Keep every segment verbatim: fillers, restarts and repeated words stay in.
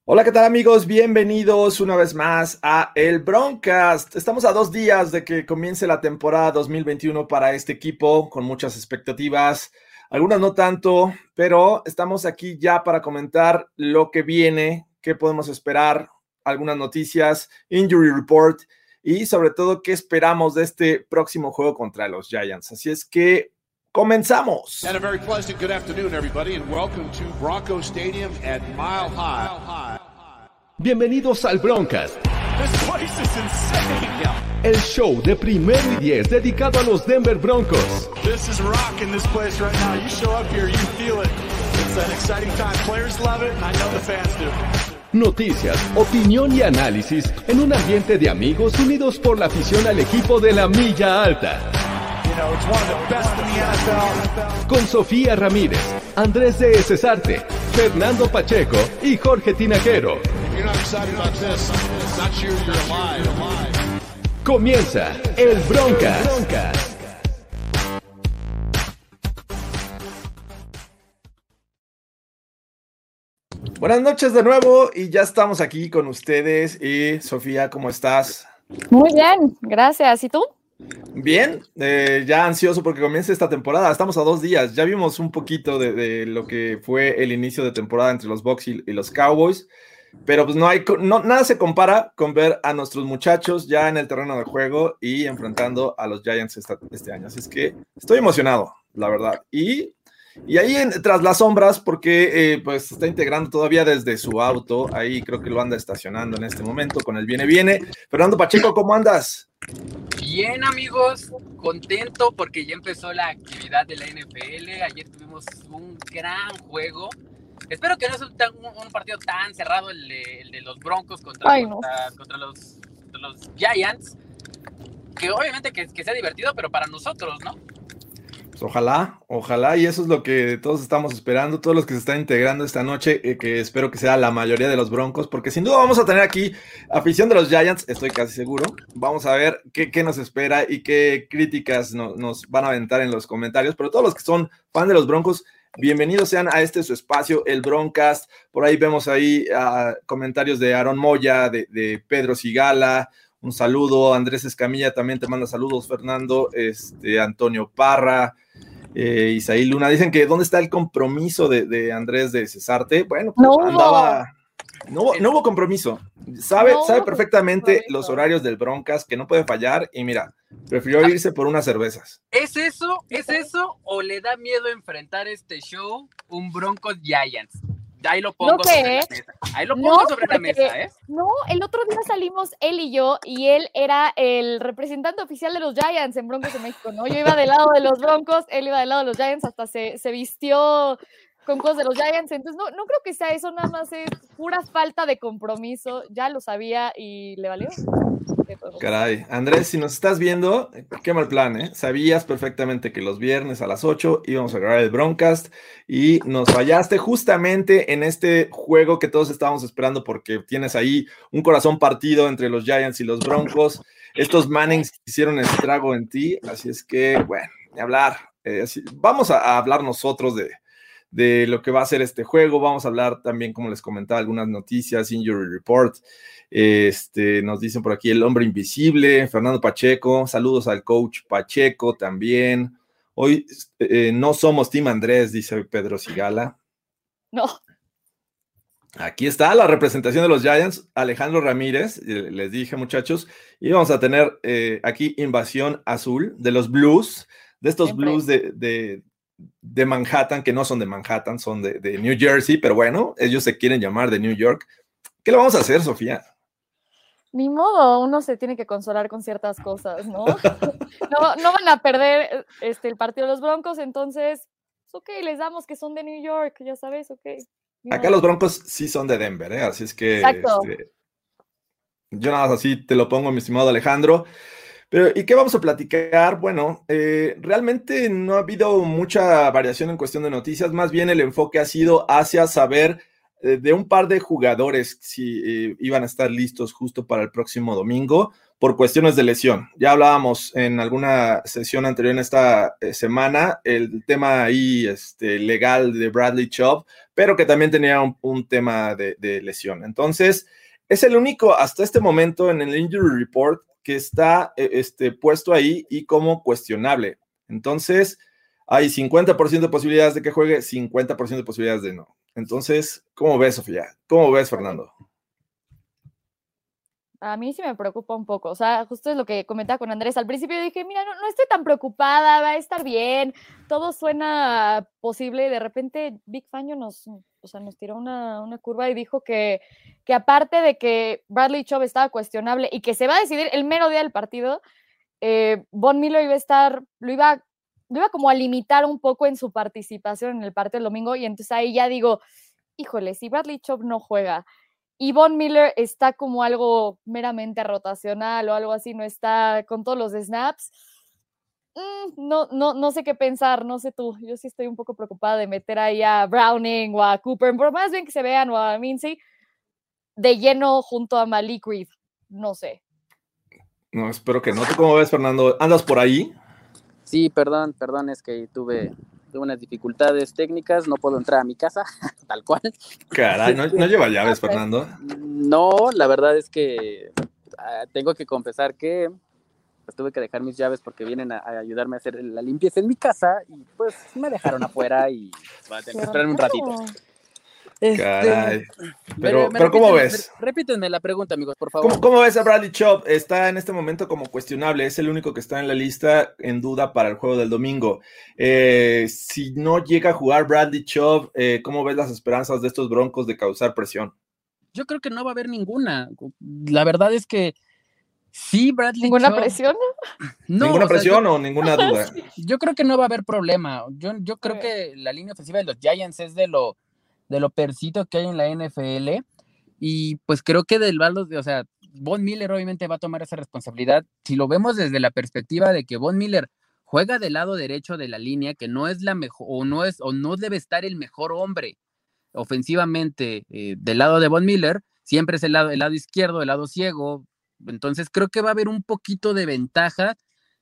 Hola, ¿qué tal amigos? Bienvenidos una vez más a el Broncast. Estamos a dos días de que comience la temporada dos mil veintiuno para este equipo, con muchas expectativas, algunas no tanto, pero estamos aquí ya para comentar lo que viene, qué podemos esperar, algunas noticias, injury report y sobre todo qué esperamos de este próximo juego contra los Giants. Así es que comenzamos. And a very pleasant good afternoon, everybody, and welcome to Bronco Stadium at Mile High. Bienvenidos al Broncast, This place is insane. el show de primero y diez dedicado a los Denver Broncos. This is rocking this place right now. You show up here, you feel it. It's an exciting time. Players love it, and I know the fans do. Noticias, opinión y análisis en un ambiente de amigos unidos por la afición al equipo de la milla alta. You know, it's one of the best in the N F L. Con Sofía Ramírez, Andrés de Cesarte, Fernando Pacheco y Jorge Tinajero. If you're not excited about this, it's not sure you're alive. Comienza el Broncast. Buenas noches de nuevo y ya estamos aquí con ustedes. Y Sofía, ¿cómo estás? Muy bien, gracias. ¿Y tú? Bien, eh, ya ansioso porque comience esta temporada. Estamos a dos días. Ya vimos un poquito de, de lo que fue el inicio de temporada entre los Bucs y, y los Cowboys, pero pues no hay, no, nada se compara con ver a nuestros muchachos ya en el terreno de juego y enfrentando a los Giants esta, este año. Así es que estoy emocionado, la verdad. Y Y ahí en, tras las sombras, porque eh, pues se está integrando todavía desde su auto, ahí creo que lo anda estacionando en este momento con el viene viene. Fernando Pacheco, ¿cómo andas? Bien, amigos, contento porque ya empezó la actividad de la N F L. Ayer tuvimos un gran juego. Espero que no sea un, tan, un, un partido tan cerrado el de, el de los Broncos contra, Ay, no. contra, contra los, los Giants, que obviamente que, que sea divertido, pero para nosotros, ¿no? Pues ojalá, ojalá, y eso es lo que todos estamos esperando, todos los que se están integrando esta noche, eh, que espero que sea la mayoría de los Broncos, porque sin duda vamos a tener aquí afición de los Giants, estoy casi seguro. Vamos a ver qué, qué nos espera y qué críticas no, nos van a aventar en los comentarios, pero todos los que son fan de los Broncos, bienvenidos sean a este su espacio, el Broncast. Por ahí vemos ahí uh, comentarios de Aaron Moya, de, de Pedro Sigala. Un saludo, Andrés Escamilla también te manda saludos, Fernando, este, Antonio Parra, eh, Isaí Luna. Dicen que ¿dónde está el compromiso de, de Andrés de Cesarte? Bueno, pues No andaba, no hubo, no hubo compromiso. Sabe, No sabe hubo perfectamente compromiso. los horarios del Broncas, que no puede fallar, y mira, prefirió irse por unas cervezas. ¿Es eso? ¿Es eso? ¿O le da miedo enfrentar este show un Broncos Giants? Ahí lo pongo ¿No sobre qué? la mesa. Ahí lo pongo No, sobre la porque- mesa, ¿eh? No, el otro día salimos él y yo, y él era el representante oficial de los Giants en Broncos de México, ¿no? Yo iba del lado de los Broncos, él iba del lado de los Giants, hasta se, se vistió con cosas de los Giants, entonces no, no creo que sea eso, nada más es pura falta de compromiso, ya lo sabía y le valió. ¿Qué podemos hacer? Caray, Andrés, si nos estás viendo, qué mal plan, ¿eh? Sabías perfectamente que los viernes a las ocho íbamos a grabar el Broncast y nos fallaste justamente en este juego que todos estábamos esperando porque tienes ahí un corazón partido entre los Giants y los Broncos. Estos Mannings hicieron estrago en ti, así es que, bueno, ni hablar. Eh, así, vamos a, a hablar nosotros de, de lo que va a ser este juego. Vamos a hablar también, como les comentaba, algunas noticias, Injury Report. Este, nos dicen por aquí el hombre invisible, Fernando Pacheco, saludos al coach Pacheco también. Hoy eh, no somos Team Andrés, dice Pedro Sigala. No, Aquí está la representación de los Giants, Alejandro Ramírez, eh, les dije muchachos, y vamos a tener eh, aquí invasión azul de los Blues, de estos Siempre. Blues de, de, de Manhattan, que no son de Manhattan, son de, de New Jersey, pero bueno, ellos se quieren llamar de New York. ¿Qué le vamos a hacer, Sofía? ni modo, uno se tiene que consolar con ciertas cosas, ¿no? No, no van a perder este, el partido de los Broncos, entonces, pues, ok, les damos que son de New York, ya sabes, ok. ni Acá modo. los Broncos sí son de Denver, ¿eh? Así es que Exacto. este, yo nada más así te lo pongo, mi estimado Alejandro. Pero, ¿y qué vamos a platicar? Bueno, eh, realmente no ha habido mucha variación en cuestión de noticias, más bien el enfoque ha sido hacia saber eh, de un par de jugadores si eh, iban a estar listos justo para el próximo domingo. por cuestiones de lesión. Ya hablábamos en alguna sesión anterior en esta eh, semana, el tema ahí este, legal de Bradley Chubb, pero que también tenía un, un tema de, de lesión. Entonces, es el único hasta este momento en el Injury Report que está eh, este, puesto ahí y como cuestionable. Entonces, hay cincuenta por ciento de posibilidades de que juegue, cincuenta por ciento de posibilidades de no. Entonces, ¿cómo ves, Sofía? ¿Cómo ves, Fernando? A mí sí me preocupa un poco, o sea, justo es lo que comentaba con Andrés. Al principio dije, mira, no, no estoy tan preocupada, va a estar bien, todo suena posible. De repente Big Fangio nos, o sea, nos tiró una, una curva y dijo que, que aparte de que Bradley Chubb estaba cuestionable y que se va a decidir el mero día del partido, eh, Von Miller iba a estar, lo iba, lo iba como a limitar un poco en su participación en el partido del domingo, y entonces ahí ya digo, híjole, si Bradley Chubb no juega y Von Miller está como algo meramente rotacional o algo así, no está con todos los snaps, mm, no, no, no sé qué pensar, no sé tú. Yo sí estoy un poco preocupada de meter ahí a Browning o a Cooper, por más bien que se vean, o a Mincy, de lleno junto a Malik Reed, no sé. No, espero que no. ¿Tú cómo ves, Fernando? ¿Andas por ahí? Sí, perdón, perdón, es que tuve... Tuve unas dificultades técnicas, no puedo entrar a mi casa, tal cual. Caray, ¿no, no lleva llaves, Fernando? No, la verdad es que uh, tengo que confesar que pues, tuve que dejar mis llaves porque vienen a, a ayudarme a hacer la limpieza en mi casa y pues me dejaron afuera y voy a tener que esperarme un ratito. Caray. Este, pero, me, pero ¿cómo repítenme, ves? Repítenme la pregunta, amigos, por favor. ¿Cómo, ¿Cómo ves a Bradley Chubb? Está en este momento como cuestionable, es el único que está en la lista en duda para el juego del domingo. Eh, si no llega a jugar Bradley Chubb, eh, ¿cómo ves las esperanzas de estos Broncos de causar presión? Yo creo que no va a haber ninguna. La verdad es que sí, Bradley ¿Ninguna Chubb, presión? No, ¿Ninguna o sea, presión yo, o ninguna duda? Yo creo que no va a haber problema. Yo, yo creo Okay. que la línea ofensiva de los Giants es de lo, de lo percito que hay en la N F L. Y pues creo que del lado de, o sea, Von Miller obviamente va a tomar esa responsabilidad. Si lo vemos desde la perspectiva de que Von Miller juega del lado derecho de la línea, que no es la mejor, o no es, o no debe estar el mejor hombre ofensivamente eh, del lado de Von Miller, siempre es el lado, el lado izquierdo, el lado ciego. Entonces creo que va a haber un poquito de ventaja.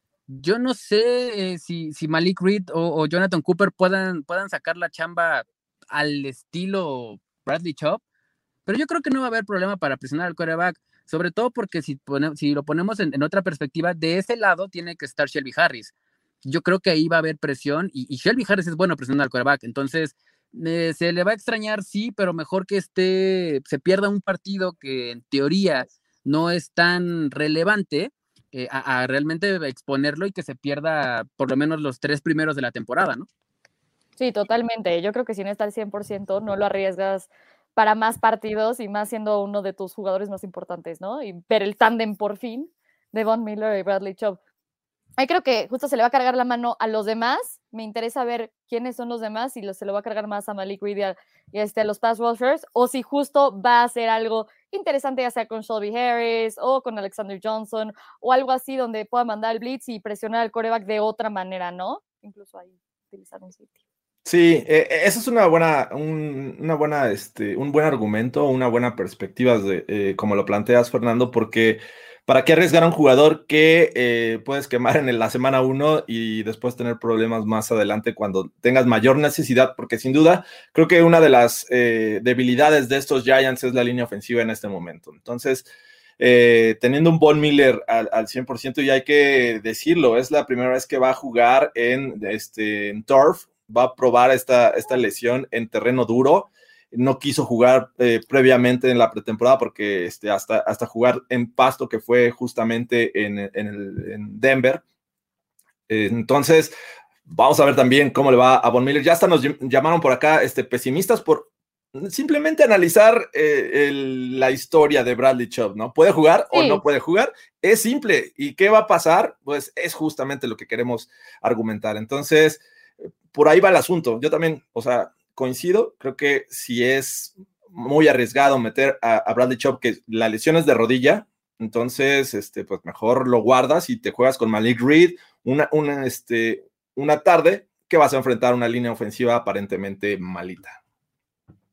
Yo no sé eh, si, si Malik Reed o, o Jonathan Cooper puedan, puedan sacar la chamba al estilo Bradley Chubb, pero yo creo que no va a haber problema para presionar al quarterback, sobre todo porque si, pone, si lo ponemos en, en otra perspectiva, de ese lado tiene que estar Shelby Harris. Yo creo que ahí va a haber presión, y, y Shelby Harris es bueno presionando al quarterback, entonces eh, se le va a extrañar, sí, pero mejor que esté, se pierda un partido que en teoría no es tan relevante, eh, a, a realmente exponerlo y que se pierda por lo menos los tres primeros de la temporada, ¿no? Sí, totalmente. Yo creo que si no está al cien por ciento, no lo arriesgas para más partidos y más siendo uno de tus jugadores más importantes, ¿no? Y ver el tándem por fin de Von Miller y Bradley Chubb. Ahí creo que justo se le va a cargar la mano a los demás. Me interesa ver quiénes son los demás, si se lo va a cargar más a Malik Reed y a, y a, este, a los pass rushers, o si justo va a hacer algo interesante, ya sea con Shelby Harris o con Alexander Johnson, o algo así donde pueda mandar el blitz y presionar al quarterback de otra manera, ¿no? Incluso ahí utilizar un sitio. Sí, eh, eso es una buena, un, una buena, este, un buen argumento, una buena perspectiva, de, eh, como lo planteas, Fernando, porque ¿para qué arriesgar a un jugador que eh, puedes quemar en la semana uno y después tener problemas más adelante cuando tengas mayor necesidad? Porque sin duda, creo que una de las eh, debilidades de estos Giants es la línea ofensiva en este momento. Entonces, eh, teniendo un Von Miller al, al cien por ciento, y hay que decirlo, es la primera vez que va a jugar en, este, en turf, va a probar esta, esta lesión en terreno duro. No quiso jugar eh, previamente en la pretemporada porque este, hasta, hasta jugar en pasto, que fue justamente en, en, el, en Denver. Eh, entonces, vamos a ver también cómo le va a Von Miller. Ya hasta nos llamaron por acá este, pesimistas por simplemente analizar eh, el, la historia de Bradley Chubb, ¿no? ¿Puede jugar sí. o no puede jugar? Es simple. ¿Y qué va a pasar? Pues es justamente lo que queremos argumentar. Entonces, por ahí va el asunto. Yo también, o sea, coincido, creo que si es muy arriesgado meter a, a Bradley Chubb, que la lesión es de rodilla, entonces, este, pues mejor lo guardas y te juegas con Malik Reed una, una, este, una tarde que vas a enfrentar una línea ofensiva aparentemente malita.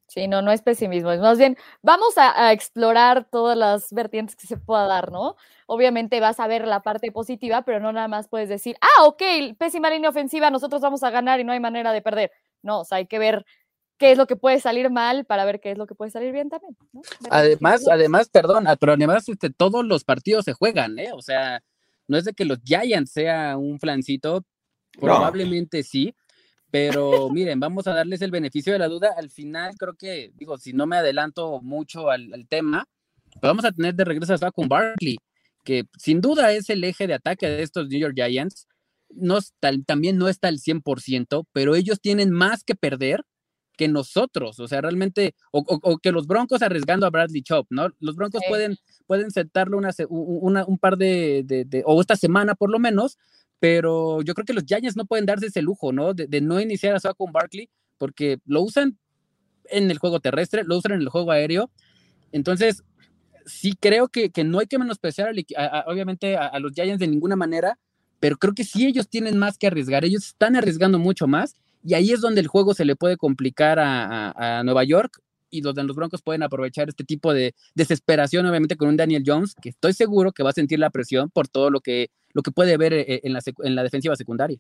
Sí, no, no es pesimismo, es más bien, vamos a, a explorar todas las vertientes que se pueda dar, ¿no? Obviamente vas a ver la parte positiva, pero no nada más puedes decir, ah, ok, pésima línea ofensiva, nosotros vamos a ganar y no hay manera de perder. No, o sea, hay que ver qué es lo que puede salir mal para ver qué es lo que puede salir bien también, ¿no? Además, además, perdón, pero además este, todos los partidos se juegan, ¿eh? O sea, no es de que los Giants sea un flancito, probablemente no. Sí, pero miren, vamos a darles el beneficio de la duda. Al final creo que, digo, si no me adelanto mucho al, al tema, pues vamos a tener de regreso a Saquon Barkley, que sin duda es el eje de ataque de estos New York Giants. No está, también no está al cien por ciento, pero ellos tienen más que perder que nosotros, o sea, realmente, o, o, o que los Broncos arriesgando a Bradley Chubb, ¿no? Los Broncos sí. pueden, pueden sentarlo una, una, un par de, de, de, o esta semana por lo menos, pero yo creo que los Giants no pueden darse ese lujo, ¿no? De, de no iniciar a Saquon Barkley, porque lo usan en el juego terrestre, lo usan en el juego aéreo, entonces, sí creo que, que no hay que menospreciar, al, a, a, obviamente, a, a los Giants de ninguna manera, pero creo que sí ellos tienen más que arriesgar, ellos están arriesgando mucho más, y ahí es donde el juego se le puede complicar a, a, a Nueva York, y donde los Broncos pueden aprovechar este tipo de desesperación, obviamente con un Daniel Jones, que estoy seguro que va a sentir la presión por todo lo que, lo que puede ver en la, en la defensiva secundaria.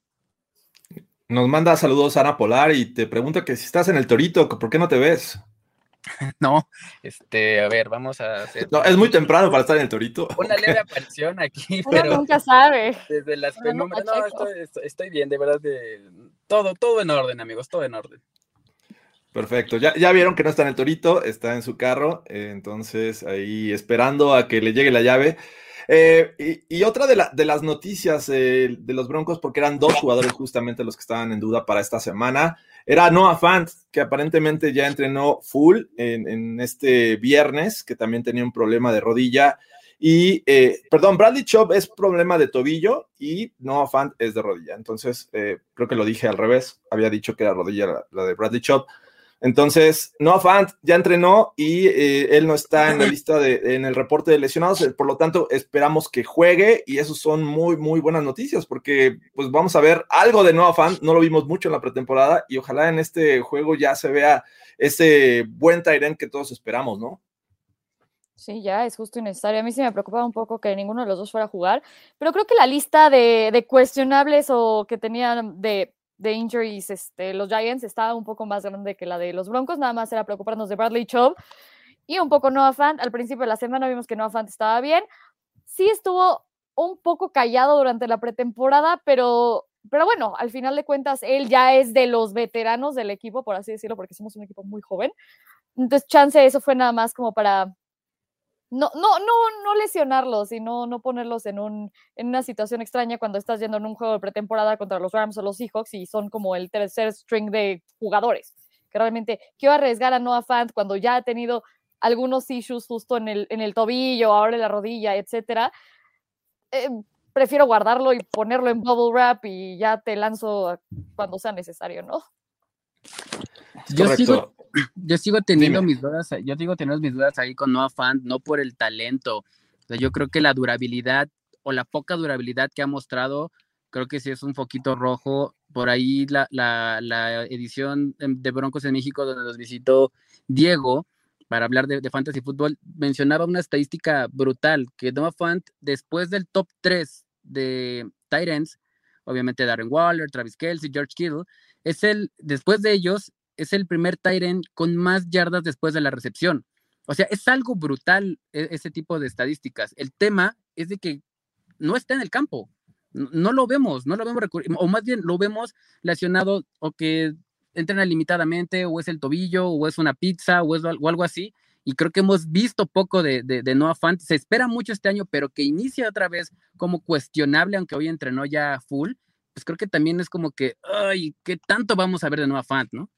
Nos manda saludos Ana Polar y te pregunta que si estás en el Torito, ¿por qué no te ves? No, este, a ver, vamos a hacer... No, es muy temprano para estar en el Torito. Una leve aparición aquí, Uno pero... nunca sabe. Desde las penúmeras... No, estoy, estoy, estoy bien, de verdad, de... todo, todo en orden, amigos, todo en orden. Perfecto, ya, ya vieron que no está en el Torito, está en su carro, eh, entonces ahí esperando a que le llegue la llave. Eh, y, y otra de, la, de las noticias eh, de los Broncos, porque eran dos jugadores justamente los que estaban en duda para esta semana, era Noah Fant, que aparentemente ya entrenó full en, en este viernes, que también tenía un problema de rodilla, y, eh, perdón, Bradley Chubb es problema de tobillo y Noah Fant es de rodilla, entonces eh, creo que lo dije al revés, había dicho que era rodilla la, la de Bradley Chubb. Entonces, Noah Fant ya entrenó y eh, él no está en la lista de, en el reporte de lesionados, por lo tanto esperamos que juegue y eso son muy, muy buenas noticias porque pues vamos a ver algo de Noah Fant, no lo vimos mucho en la pretemporada y ojalá en este juego ya se vea ese buen tight end que todos esperamos, ¿no? Sí, ya es justo y necesario. A mí sí me preocupaba un poco que ninguno de los dos fuera a jugar, pero creo que la lista de, de cuestionables o que tenían de... de injuries, este, los Giants estaba un poco más grande que la de los Broncos, nada más era preocuparnos de Bradley Chubb y un poco Noah Fant. Al principio de la semana vimos que Noah Fant estaba bien, sí estuvo un poco callado durante la pretemporada, pero, pero bueno, al final de cuentas él ya es de los veteranos del equipo, por así decirlo, porque somos un equipo muy joven, entonces chance eso fue nada más como para No, no, no, no lesionarlos y no, no ponerlos en, un, en una situación extraña cuando estás yendo en un juego de pretemporada contra los Rams o los Seahawks y son como el tercer string de jugadores. Que realmente quiero arriesgar a Noah Fant cuando ya ha tenido algunos issues justo en el, en el tobillo, ahora en la rodilla, etcétera. Eh, prefiero guardarlo y ponerlo en bubble wrap y ya te lanzo cuando sea necesario, ¿no? Yo sigo, yo sigo teniendo Dime. mis dudas, yo sigo teniendo mis dudas ahí con Noah Fant, no por el talento. O sea, yo creo que la durabilidad o la poca durabilidad que ha mostrado, creo que sí es un foquito rojo. Por ahí la, la, la edición de Broncos en México, donde nos visitó Diego para hablar de, de fantasy fútbol, mencionaba una estadística brutal, que Noah Fant, después del top tres de tight ends, obviamente Darren Waller, Travis Kelce, George Kittle, es el, después de ellos, es el primer tight end con más yardas después de la recepción. O sea, es algo brutal ese tipo de estadísticas. El tema es de que no está en el campo. No, no lo vemos, no lo vemos, o más bien lo vemos lesionado o que entrena limitadamente, o es el tobillo, o es una pizza, o es o algo así. Y creo que hemos visto poco de, de, de Noah Fant. Se espera mucho este año, pero que inicie otra vez como cuestionable, aunque hoy entrenó ya full, pues creo que también es como que, ay, ¿qué tanto vamos a ver de Noah Fant, no?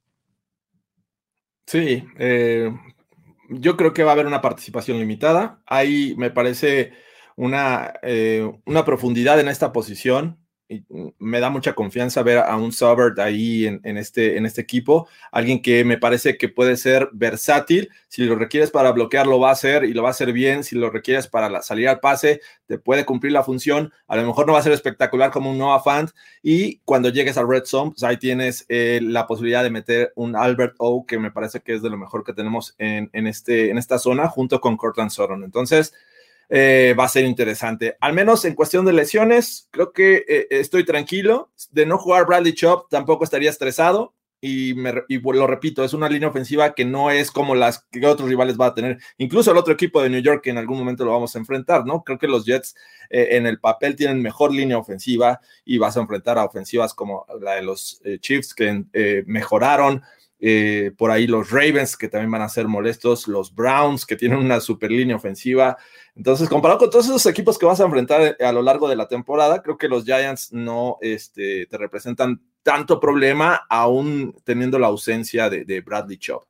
Sí, eh, yo creo que va a haber una participación limitada. Ahí me parece una, eh, una profundidad en esta posición y me da mucha confianza ver a un Saubert ahí en, en, este, en este equipo, alguien que me parece que puede ser versátil, si lo requieres para bloquear lo va a hacer y lo va a hacer bien, si lo requieres para la, salir al pase, te puede cumplir la función, a lo mejor no va a ser espectacular como un Noah Fant, y cuando llegues al Red Zone, pues ahí tienes eh, la posibilidad de meter un Albert O, que me parece que es de lo mejor que tenemos en, en, este, en esta zona, junto con Cortland Sutton. Entonces, Eh, va a ser interesante, al menos en cuestión de lesiones. Creo que eh, estoy tranquilo. De no jugar Bradley Chubb tampoco estaría estresado, y, me, y lo repito, es una línea ofensiva que no es como las que otros rivales va a tener, incluso el otro equipo de New York, que en algún momento lo vamos a enfrentar, ¿no? Creo que los Jets eh, en el papel tienen mejor línea ofensiva, y vas a enfrentar a ofensivas como la de los eh, Chiefs, que eh, mejoraron. Eh, por ahí los Ravens, que también van a ser molestos, los Browns, que tienen una super línea ofensiva. Entonces, comparado con todos esos equipos que vas a enfrentar a lo largo de la temporada, creo que los Giants no este, te representan tanto problema, aún teniendo la ausencia de, de Bradley Chubb.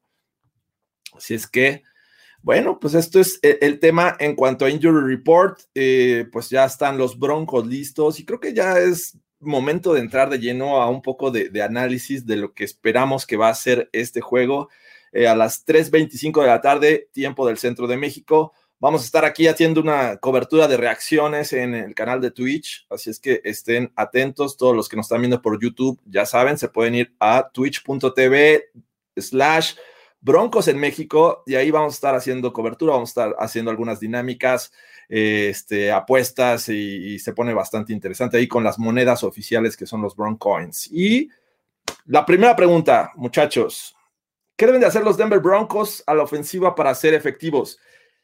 Así es que, bueno, pues esto es el, el tema en cuanto a Injury Report. Eh, pues ya están los Broncos listos, y creo que ya es momento de entrar de lleno a un poco de, de análisis de lo que esperamos que va a ser este juego. Eh, a las tres veinticinco de la tarde, tiempo del centro de México. Vamos a estar aquí haciendo una cobertura de reacciones en el canal de Twitch, así es que estén atentos. Todos los que nos están viendo por YouTube, ya saben, se pueden ir a twitch.tv slash Broncos en México, y ahí vamos a estar haciendo cobertura, vamos a estar haciendo algunas dinámicas, este, apuestas, y, y se pone bastante interesante ahí con las monedas oficiales que son los Broncoins. Y la primera pregunta, muchachos, ¿qué deben de hacer los Denver Broncos a la ofensiva para ser efectivos?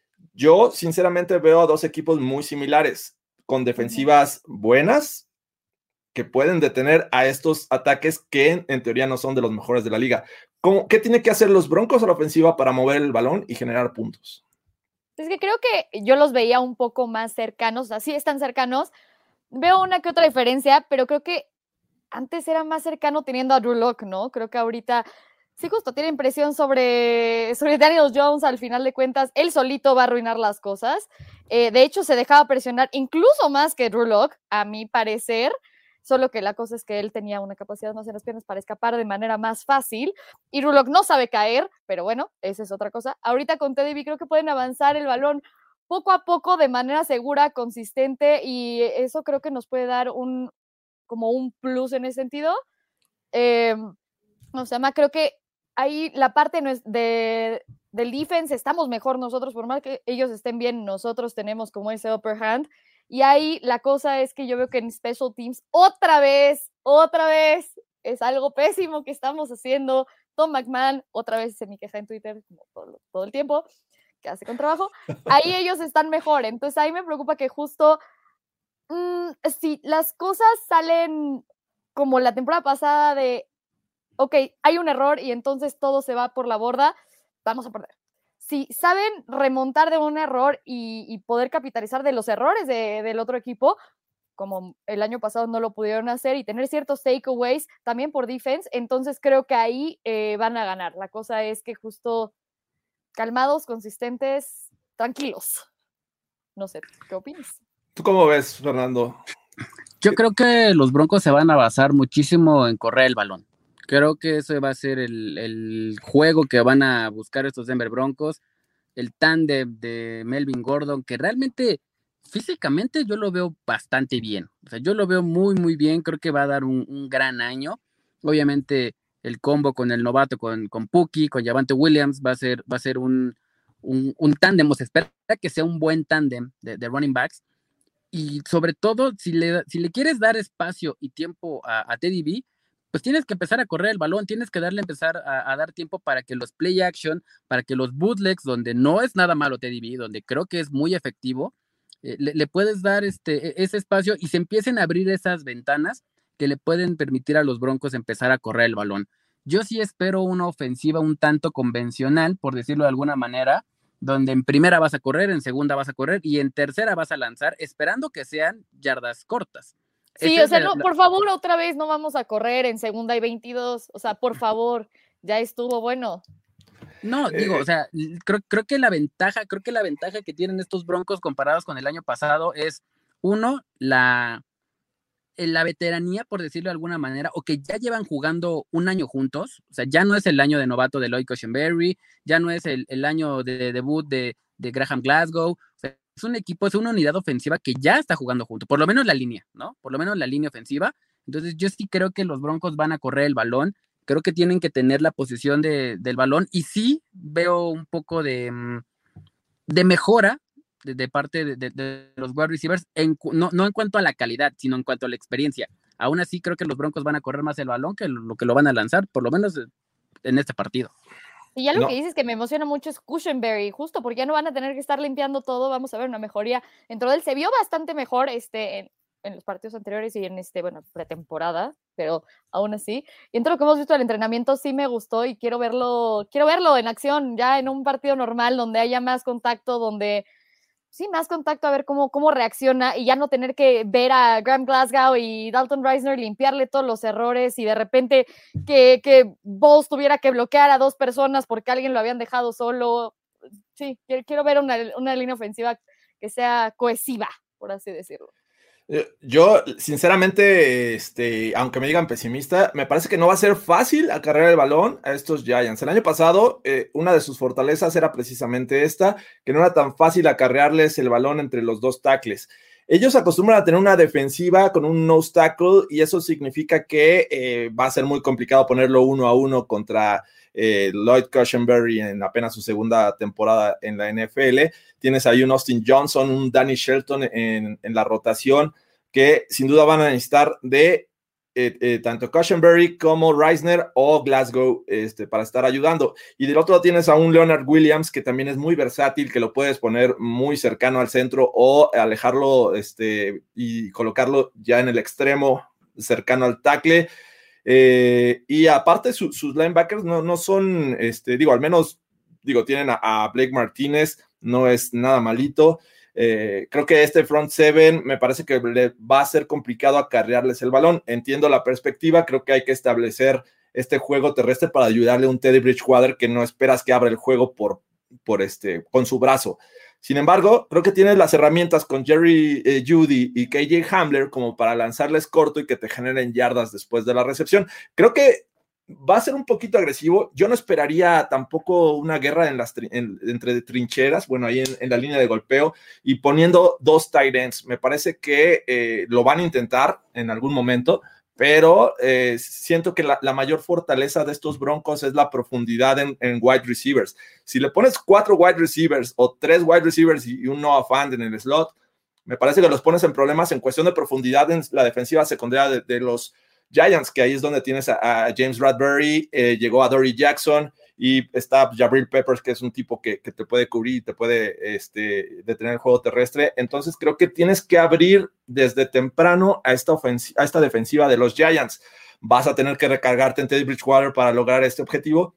Yo sinceramente veo a dos equipos muy similares, con defensivas buenas, que pueden detener a estos ataques que en, en teoría no son de los mejores de la liga. ¿Cómo, ¿Qué tienen que hacer los Broncos a la ofensiva para mover el balón y generar puntos? Es que creo que yo los veía un poco más cercanos, así están cercanos. Veo una que otra diferencia, pero creo que antes era más cercano teniendo a Drew Lock, ¿no? Creo que ahorita sí justo tiene impresión sobre, sobre Daniel Jones. Al final de cuentas, él solito va a arruinar las cosas. Eh, de hecho, se dejaba presionar incluso más que Drew Lock, a mi parecer. Solo que la cosa es que él tenía una capacidad más en las piernas para escapar de manera más fácil, y Drew Lock no sabe caer, pero bueno, esa es otra cosa. Ahorita con Teddy B creo que pueden avanzar el balón poco a poco de manera segura, consistente, y eso creo que nos puede dar un, como un plus en ese sentido. Eh, o sea, creo que ahí la parte de, del defense estamos mejor nosotros, por más que ellos estén bien, nosotros tenemos como ese upper hand. Y ahí la cosa es que yo veo que en Special Teams, otra vez, otra vez, es algo pésimo que estamos haciendo. Tom McMahon, otra vez se me queja en Twitter, como todo, todo el tiempo, que hace con trabajo. Ahí ellos están mejor. Entonces ahí me preocupa que justo, mmm, si las cosas salen como la temporada pasada de, ok, hay un error y entonces todo se va por la borda, vamos a perder. Si saben remontar de un error y, y poder capitalizar de los errores de, del otro equipo, como el año pasado no lo pudieron hacer, y tener ciertos takeaways también por defense, entonces creo que ahí eh, van a ganar. La cosa es que justo calmados, consistentes, tranquilos. No sé, ¿qué opinas? ¿Tú cómo ves, Fernando? Yo creo que los Broncos se van a basar muchísimo en correr el balón. Creo que eso va a ser el, el juego que van a buscar estos Denver Broncos, el tándem de Melvin Gordon, que realmente físicamente yo lo veo bastante bien. O sea, yo lo veo muy, muy bien. Creo que va a dar un, un gran año. Obviamente el combo con el novato, con, con Pookie, con Javonte Williams, va a ser, va a ser un, un, un tándem. O se espera que sea un buen tándem de, de running backs. Y sobre todo, si le, si le quieres dar espacio y tiempo a, a Teddy B, pues tienes que empezar a correr el balón, tienes que darle empezar a, a dar tiempo para que los play action, para que los bootlegs, donde no es nada malo Teddy B, donde creo que es muy efectivo, eh, le, le puedes dar este, ese espacio y se empiecen a abrir esas ventanas que le pueden permitir a los Broncos empezar a correr el balón. Yo sí espero una ofensiva un tanto convencional, por decirlo de alguna manera, donde en primera vas a correr, en segunda vas a correr y en tercera vas a lanzar, esperando que sean yardas cortas. Sí, Esa o sea, es no, la... por favor, otra vez no vamos a correr en segunda y veintidós. O sea, por favor, ya estuvo bueno. No, digo, o sea, creo, creo que la ventaja, creo que la ventaja que tienen estos Broncos comparados con el año pasado es, uno, la, la veteranía, por decirlo de alguna manera, o que ya llevan jugando un año juntos, o sea, ya no es el año de novato de Lloyd Cushenberry, ya no es el, el año de debut de, de Graham Glasgow, o sea, es un equipo, es una unidad ofensiva que ya está jugando junto, por lo menos la línea, ¿no? Por lo menos la línea ofensiva. Entonces yo sí creo que los Broncos van a correr el balón, creo que tienen que tener la posición de, del balón, y sí veo un poco de, de mejora de, de parte de, de, de los wide receivers, en, no, no en cuanto a la calidad, sino en cuanto a la experiencia. Aún así creo que los Broncos van a correr más el balón que lo, lo que lo van a lanzar, por lo menos en este partido. Y ya lo No. que dices que me emociona mucho es Cushenberry, justo porque ya no van a tener que estar limpiando todo, vamos a ver una mejoría dentro de él. Se vio bastante mejor este, en, en los partidos anteriores y en este, bueno, pretemporada, pero aún así. Y entre lo que hemos visto del entrenamiento sí me gustó y quiero verlo, quiero verlo en acción, ya en un partido normal donde haya más contacto, donde sí, más contacto, a ver cómo, cómo reacciona y ya no tener que ver a Graham Glasgow y Dalton Risner limpiarle todos los errores y de repente que, que Bowles tuviera que bloquear a dos personas porque alguien lo habían dejado solo. Sí, quiero, quiero ver una, una línea ofensiva que sea cohesiva, por así decirlo. Yo, sinceramente, este, aunque me digan pesimista, me parece que no va a ser fácil acarrear el balón a estos Giants. El año pasado, eh, una de sus fortalezas era precisamente esta, que no era tan fácil acarrearles el balón entre los dos tackles. Ellos acostumbran a tener una defensiva con un nose tackle y eso significa que eh, va a ser muy complicado ponerlo uno a uno contra eh, Lloyd Cushenberry en apenas su segunda temporada en la N F L. Tienes ahí un Austin Johnson, un Danny Shelton en, en la rotación que sin duda van a necesitar de eh, eh, tanto Cushenberry como Risner o Glasgow este, para estar ayudando. Y del otro lado tienes a un Leonard Williams que también es muy versátil, que lo puedes poner muy cercano al centro o alejarlo este, y colocarlo ya en el extremo cercano al tackle. Eh, y aparte su, sus linebackers no, no son, este, digo, al menos, digo, tienen a, a Blake Martínez, no es nada malito. Eh, creo que este front seven me parece que le va a ser complicado acarrearles el balón. Entiendo la perspectiva, creo que hay que establecer este juego terrestre para ayudarle a un Teddy Bridgewater que no esperas que abra el juego por, por este, con su brazo. Sin embargo, creo que tienes las herramientas con Jerry eh, Jeudy y K J Hamler como para lanzarles corto y que te generen yardas después de la recepción. Creo que va a ser un poquito agresivo. Yo no esperaría tampoco una guerra en las tri- en, entre trincheras, bueno, ahí en, en la línea de golpeo y poniendo dos tight ends. Me parece que eh, lo van a intentar en algún momento, pero eh, siento que la, la mayor fortaleza de estos Broncos es la profundidad en, en wide receivers. Si le pones cuatro wide receivers o tres wide receivers y un Noah Fant en el slot, me parece que los pones en problemas en cuestión de profundidad en la defensiva secundaria de, de los Giants, que ahí es donde tienes a, a James Bradbury, eh, llegó a Dory Jackson y está Jabril Peppers, que es un tipo que, que te puede cubrir y te puede este, detener el juego terrestre. Entonces creo que tienes que abrir desde temprano a esta, ofensi- a esta defensiva de los Giants. Vas a tener que recargarte en Teddy Bridgewater para lograr este objetivo.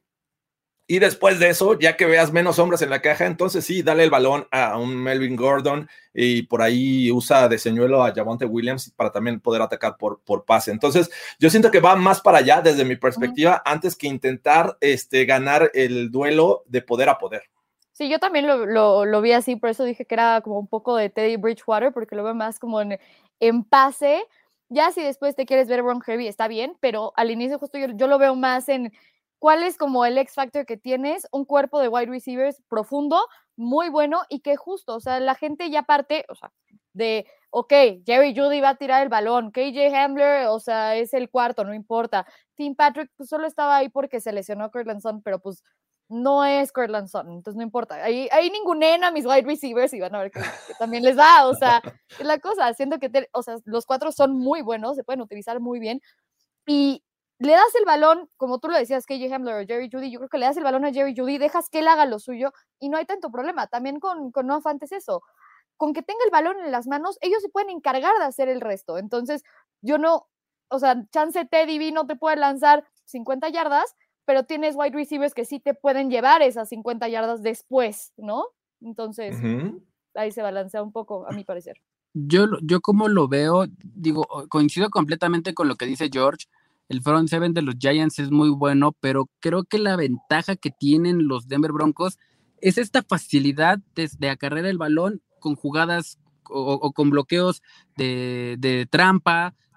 Y después de eso, ya que veas menos hombres en la caja, entonces sí, dale el balón a un Melvin Gordon y por ahí usa de señuelo a Javonte Williams para también poder atacar por, por pase. Entonces, yo siento que va más para allá desde mi perspectiva, uh-huh. antes que intentar este, ganar el duelo de poder a poder. Sí, yo también lo, lo, lo vi así, por eso dije que era como un poco de Teddy Bridgewater, porque lo veo más como en, en pase. Ya si después te quieres ver run heavy, está bien, pero al inicio justo yo, yo lo veo más en cuál es como el X factor que tienes, un cuerpo de wide receivers profundo, muy bueno, y que justo, o sea, la gente ya parte, o sea, de, ok, Jerry Jeudy va a tirar el balón, K J Hamler, o sea, es el cuarto, no importa. Tim Patrick pues, solo estaba ahí porque se lesionó a Cortland Sutton, pero pues no es Cortland Sutton, entonces no importa. Ahí, ahí ningunen a mis wide receivers y van a ver que, que también les da, o sea, es la cosa, siento que, te, o sea, los cuatro son muy buenos, se pueden utilizar muy bien, y le das el balón, como tú lo decías, K J Hamler o Jerry Jeudy, yo creo que le das el balón a Jerry Jeudy, dejas que él haga lo suyo y no hay tanto problema. También con, con Noah Fant es eso. Con que tenga el balón en las manos, ellos se pueden encargar de hacer el resto. Entonces, yo no, o sea, chance Teddy B no te puede lanzar cincuenta yardas, pero tienes wide receivers que sí te pueden llevar esas cincuenta yardas después, ¿no? Entonces, uh-huh. ahí se balancea un poco, a mi parecer. Yo, yo como lo veo, digo, coincido completamente con lo que dice George. El front seven de los Giants es muy bueno, pero creo que la ventaja que tienen los Denver Broncos es esta facilidad de, de acarrear el balón con jugadas o, o con bloqueos de, de trampa,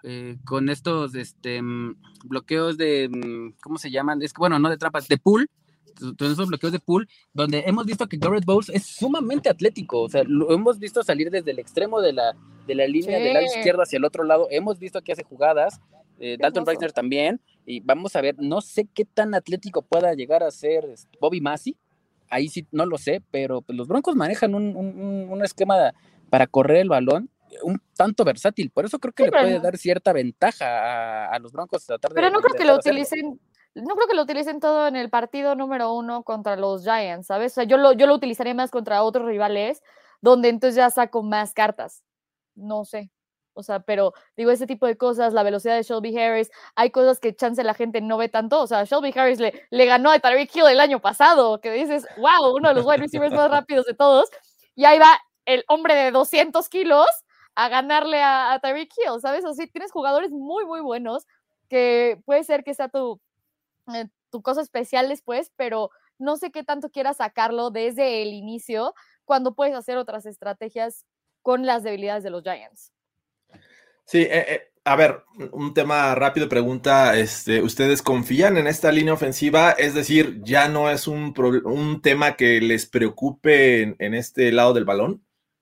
eh, con estos este, bloqueos de, ¿cómo se llaman? Es que, bueno, no de trampas, de pool, todos esos bloqueos de pool, donde hemos visto que Garrett Bowles es sumamente atlético, o sea, lo hemos visto salir desde el extremo de la, de la línea sí. del lado izquierdo hacia el otro lado, hemos visto que hace jugadas, eh, Dalton Risner también, y vamos a ver, no sé qué tan atlético pueda llegar a ser Bobby Massey, ahí sí no lo sé, pero pues, los Broncos manejan un, un, un esquema para correr el balón un tanto versátil, por eso creo que sí, le puede no. dar cierta ventaja a, a los Broncos tratar de, pero no creo de que lo utilicen no creo que lo utilicen todo en el partido número uno contra los Giants, ¿sabes? O sea, yo lo, yo lo utilizaría más contra otros rivales, donde entonces ya saco más cartas, no sé, o sea, pero digo, ese tipo de cosas, la velocidad de Shelby Harris, hay cosas que chance la gente no ve tanto, o sea, Shelby Harris le, le ganó a Tyreek Hill el año pasado, que dices, wow, uno de los wide receivers más rápidos de todos, y ahí va el hombre de doscientos kilos a ganarle a, a Tyreek Hill, ¿sabes? Así tienes jugadores muy, muy buenos, que puede ser que sea tu Eh, tu cosa especial después, pero no sé qué tanto quieras sacarlo desde el inicio cuando puedes hacer otras estrategias con las debilidades de los Giants. Sí, eh, eh, a ver, un tema rápido, pregunta, este, ¿ustedes confían en esta línea ofensiva? Es decir, ¿ya no es un, un tema que les preocupe en, en este lado del balón?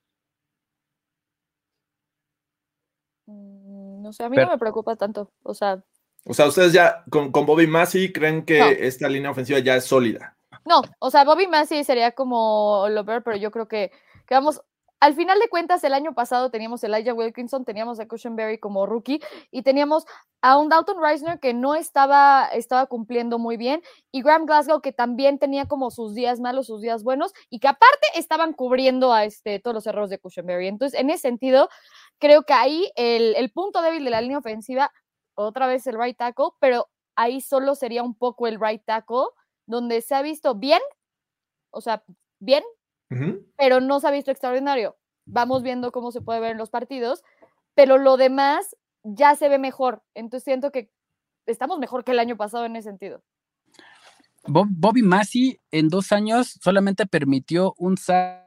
Mm, no sé, a mí pero, no me preocupa tanto, o sea... O sea, ustedes ya con, con Bobby Massey creen que no. esta línea ofensiva ya es sólida. No, o sea, Bobby Massey sería como lo peor, pero yo creo que, que vamos, al final de cuentas, el año pasado teníamos a Elijah Wilkinson, teníamos a Cushenberry como rookie y teníamos a un Dalton Risner que no estaba, estaba cumpliendo muy bien y Graham Glasgow que también tenía como sus días malos, sus días buenos y que aparte estaban cubriendo a este, todos los errores de Cushenberry. Entonces, en ese sentido, creo que ahí el, el punto débil de la línea ofensiva otra vez el right tackle, pero ahí solo sería un poco el right tackle, donde se ha visto bien, o sea, bien, uh-huh. pero no se ha visto extraordinario. Vamos viendo cómo se puede ver en los partidos, pero lo demás ya se ve mejor. Entonces siento que estamos mejor que el año pasado en ese sentido. Bob, Bobby Massey en dos años solamente permitió un saco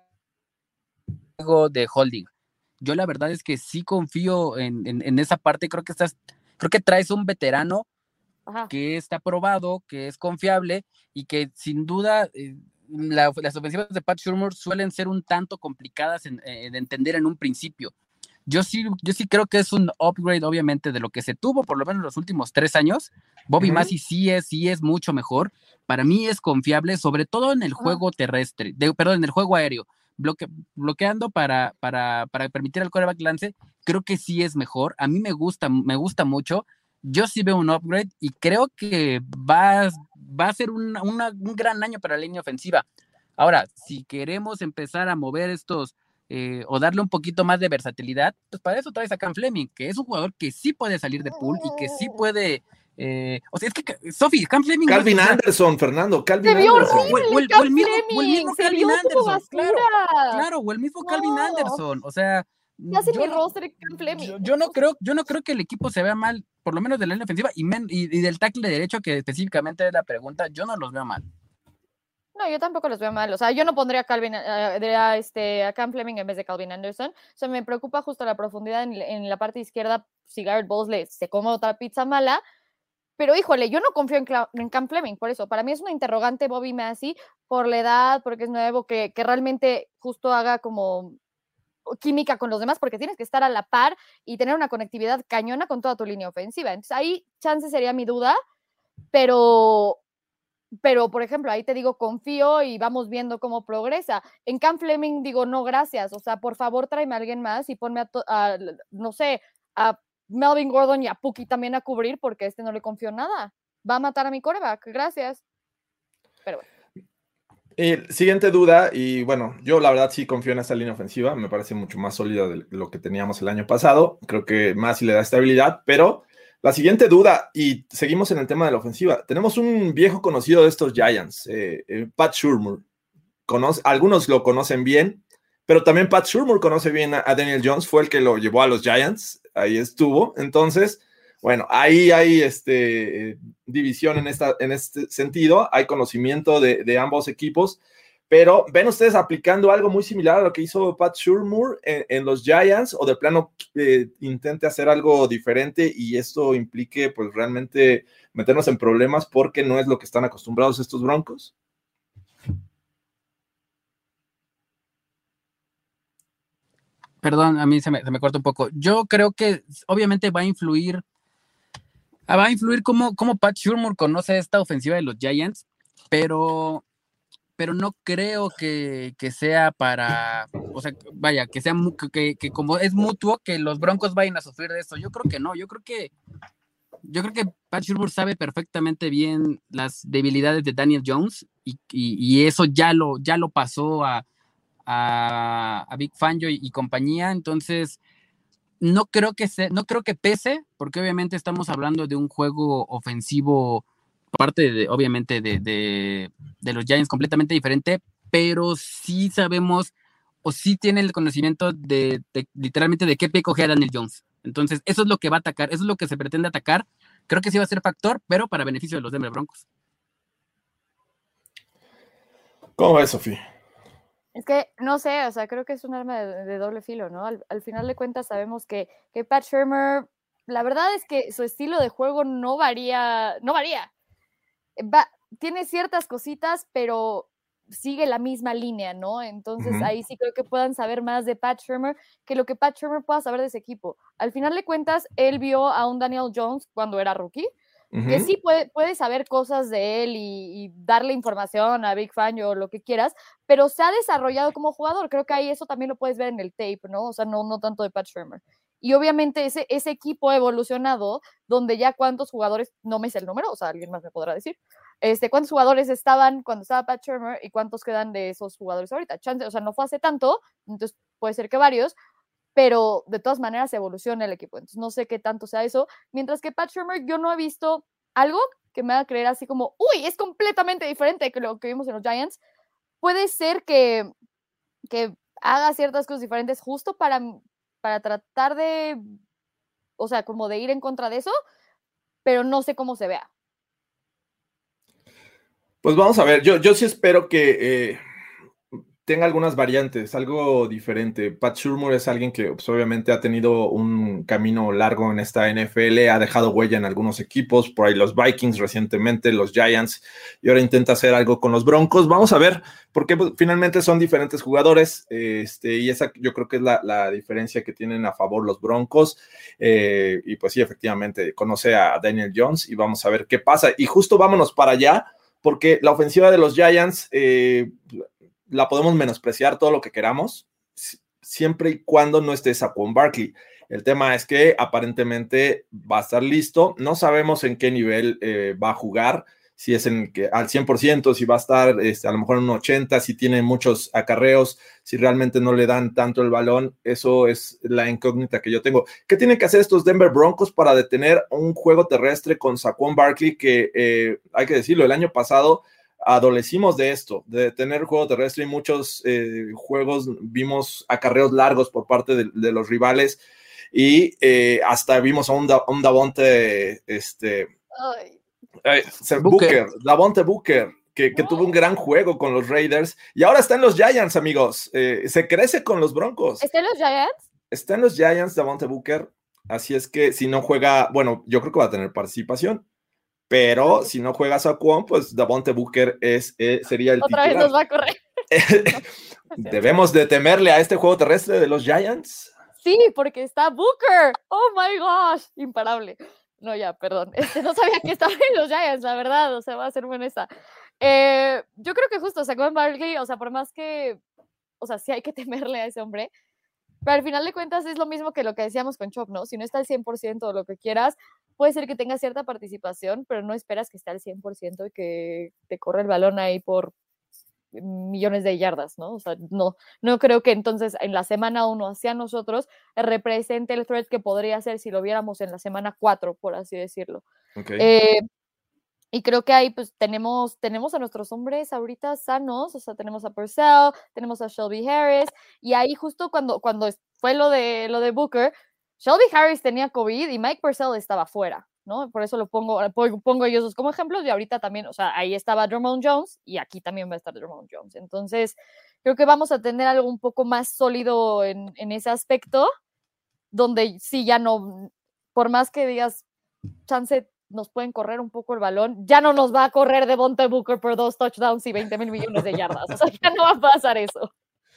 de holding. Yo la verdad es que sí confío en, en, en esa parte, creo que estás Creo que traes un veterano Ajá. que está probado, que es confiable y que sin duda eh, la, las ofensivas de Pat Shurmur suelen ser un tanto complicadas en, eh, de entender en un principio. Yo sí, yo sí creo que es un upgrade obviamente de lo que se tuvo por lo menos en los últimos tres años. Bobby uh-huh. Massey sí es, sí es mucho mejor. Para mí es confiable, sobre todo en el juego uh-huh. terrestre, de, perdón, en el juego aéreo. Bloque, bloqueando para, para, para permitir al quarterback lance, creo que sí es mejor. A mí me gusta, me gusta mucho. Yo sí veo un upgrade y creo que va, va a ser una, una, un gran año para la línea ofensiva. Ahora, si queremos empezar a mover estos eh, o darle un poquito más de versatilidad, pues para eso traes a Cam Fleming, que es un jugador que sí puede salir de pool y que sí puede... Eh, o sea, es que, Sophie, Cam Fleming... Calvin no, Anderson, Fernando, Calvin se vio Anderson. Horrible, o, el, Cam o, el mismo, Fleming, o el mismo Calvin Anderson, claro, claro, o el mismo no. Calvin Anderson, o sea... Ya hace mi roster Cam Fleming. Yo, yo, no creo, yo no creo que el equipo se vea mal, por lo menos de la línea ofensiva, y, men, y, y del tackle derecho, que específicamente es la pregunta, yo no los veo mal. No, yo tampoco los veo mal. O sea, yo no pondría a, Calvin, a, este, a Cam Fleming en vez de Calvin Anderson. O sea, me preocupa justo la profundidad en, en la parte izquierda. Si Garrett Bowles le, se come otra pizza mala. Pero, híjole, yo no confío en, en Cam Fleming, por eso. Para mí es una interrogante Bobby Massey, por la edad, porque es nuevo, que, que realmente justo haga como química con los demás, porque tienes que estar a la par y tener una conectividad cañona con toda tu línea ofensiva. Entonces, ahí chance sería mi duda, pero... Pero, por ejemplo, ahí te digo, confío y vamos viendo cómo progresa. En Cam Fleming digo, no, gracias. O sea, por favor, tráeme a alguien más y ponme a, to- a no sé, a Melvin Gordon y a Puki también a cubrir porque a este no le confío nada. Va a matar a mi quarterback. Gracias. Pero bueno. Eh, siguiente duda, y bueno, yo la verdad sí confío en esta línea ofensiva. Me parece mucho más sólida de lo que teníamos el año pasado. Creo que más le da estabilidad, pero... La siguiente duda, y seguimos en el tema de la ofensiva. Tenemos un viejo conocido de estos Giants, eh, eh, Pat Shurmur. Conoce, algunos lo conocen bien, pero también Pat Shurmur conoce bien a, a Daniel Jones, fue el que lo llevó a los Giants, ahí estuvo. Entonces, bueno, ahí hay este, eh, división en, esta, en este sentido, hay conocimiento de, de ambos equipos, pero ¿ven ustedes aplicando algo muy similar a lo que hizo Pat Shurmur en, en los Giants, o de plano eh, intente hacer algo diferente y esto implique pues realmente meternos en problemas porque no es lo que están acostumbrados estos Broncos? Perdón, a mí se me, se me corta un poco. Yo creo que obviamente va a influir, va a influir cómo, cómo Pat Shurmur conoce esta ofensiva de los Giants, pero, pero no creo que, que sea para, o sea, vaya, que sea, que, que como es mutuo, que los Broncos vayan a sufrir de eso. Yo creo que no, yo creo que, yo creo que Pat Shurmur sabe perfectamente bien las debilidades de Daniel Jones y, y, y eso ya lo, ya lo pasó a A, a Vic Fangio y, y compañía, entonces no creo que se, no creo que pese, porque obviamente estamos hablando de un juego ofensivo, parte de, obviamente de, de, de los Giants completamente diferente, pero sí sabemos o sí tiene el conocimiento de, de literalmente de qué pie coge a Daniel Jones. Entonces eso es lo que va a atacar, eso es lo que se pretende atacar. Creo que sí va a ser factor, pero para beneficio de los Denver Broncos. ¿Cómo ves, Sofía? Es que, no sé, o sea, creo que es un arma de, de doble filo, ¿no? Al, al final de cuentas sabemos que, que Pat Shurmur, la verdad es que su estilo de juego no varía, no varía. Va, tiene ciertas cositas, pero sigue la misma línea, ¿no? Entonces uh-huh. ahí sí creo que puedan saber más de Pat Shurmur que lo que Pat Shurmur pueda saber de ese equipo. Al final de cuentas, él vio a un Daniel Jones cuando era rookie, Uh-huh. que sí puede, puede saber cosas de él y, y darle información a Big Fan o lo que quieras, pero se ha desarrollado como jugador. Creo que ahí eso también lo puedes ver en el tape, ¿no? O sea, no, no tanto de Pat Shurmur. Y obviamente ese, ese equipo ha evolucionado, donde ya cuántos jugadores, no me sé el número, o sea, alguien más me podrá decir, este, cuántos jugadores estaban cuando estaba Pat Shurmur y cuántos quedan de esos jugadores ahorita. Chance, o sea, no fue hace tanto, entonces puede ser que varios, pero de todas maneras evoluciona el equipo, entonces no sé qué tanto sea eso, mientras que Pat Shurmur yo no he visto algo que me haga creer así como, uy, es completamente diferente que lo que vimos en los Giants. Puede ser que, que haga ciertas cosas diferentes justo para, para tratar de, o sea, como de ir en contra de eso, pero no sé cómo se vea. Pues vamos a ver, yo, yo sí espero que eh, tenga algunas variantes, algo diferente. Pat Shurmur es alguien que pues, obviamente ha tenido un camino largo en esta N F L, ha dejado huella en algunos equipos, por ahí los Vikings recientemente, los Giants, y ahora intenta hacer algo con los Broncos. Vamos a ver, porque pues, finalmente son diferentes jugadores, este, y esa yo creo que es la, la diferencia que tienen a favor los Broncos, eh, y pues sí, efectivamente, conoce a Daniel Jones, y vamos a ver qué pasa. Y justo vámonos para allá, porque la ofensiva de los Giants... Eh, la podemos menospreciar todo lo que queramos, siempre y cuando no esté Saquon Barkley. El tema es que aparentemente va a estar listo, no sabemos en qué nivel eh, va a jugar, si es en que, al cien por ciento, si va a estar este, a lo mejor en un ochenta, si tiene muchos acarreos, si realmente no le dan tanto el balón. Eso es la incógnita que yo tengo. ¿Qué tienen que hacer estos Denver Broncos para detener un juego terrestre con Saquon Barkley que, eh, hay que decirlo, el año pasado adolecimos de esto, de tener juego terrestre, y muchos eh, juegos vimos acarreos largos por parte de, de los rivales, y eh, hasta vimos a un, da, un Davonte este, eh, Booker, Booker Davonte Booker, que, que oh. tuvo un gran juego con los Raiders, y ahora está en los Giants, amigos. Eh, se crece con los Broncos. ¿Está en los Giants? Está en los Giants, Davonte Booker, así es que si no juega, bueno, yo creo que va a tener participación, pero si no juega Saquon, pues Davonte Booker es, eh, sería el Otra titular. Vez nos va a correr. ¿Debemos de temerle a este juego terrestre de los Giants? Sí, porque está Booker. Oh my gosh, imparable. No, ya, perdón. Este, no sabía que estaba en los Giants, la verdad. O sea, va a ser buena esta. Eh, yo creo que justo Saquon Barkley, o sea, por más que, o sea, sí hay que temerle a ese hombre, pero al final de cuentas es lo mismo que lo que decíamos con Chop, ¿no? Si no está al cien por ciento o lo que quieras, puede ser que tenga cierta participación, pero no esperas que esté al cien por ciento y que te corre el balón ahí por millones de yardas, ¿no? O sea, no, no creo que entonces en la semana uno hacia nosotros represente el threat que podría ser si lo viéramos en la semana cuatro, por así decirlo. Okay. Eh, y creo que ahí pues tenemos, tenemos a nuestros hombres ahorita sanos, o sea, tenemos a Purcell, tenemos a Shelby Harris, y ahí justo cuando, cuando fue lo de, lo de Booker, Shelby Harris tenía COVID y Mike Purcell estaba fuera. ¿no? Por eso lo pongo, pongo ellos dos como ejemplos, y ahorita también, o sea, ahí estaba Drummond Jones, y aquí también va a estar Drummond Jones. Entonces, creo que vamos a tener algo un poco más sólido en, en ese aspecto, donde sí ya no, por más que digas, chance, nos pueden correr un poco el balón, ya no nos va a correr Devontae Booker por dos touchdowns y veinte mil millones de yardas. O sea, ya no va a pasar eso.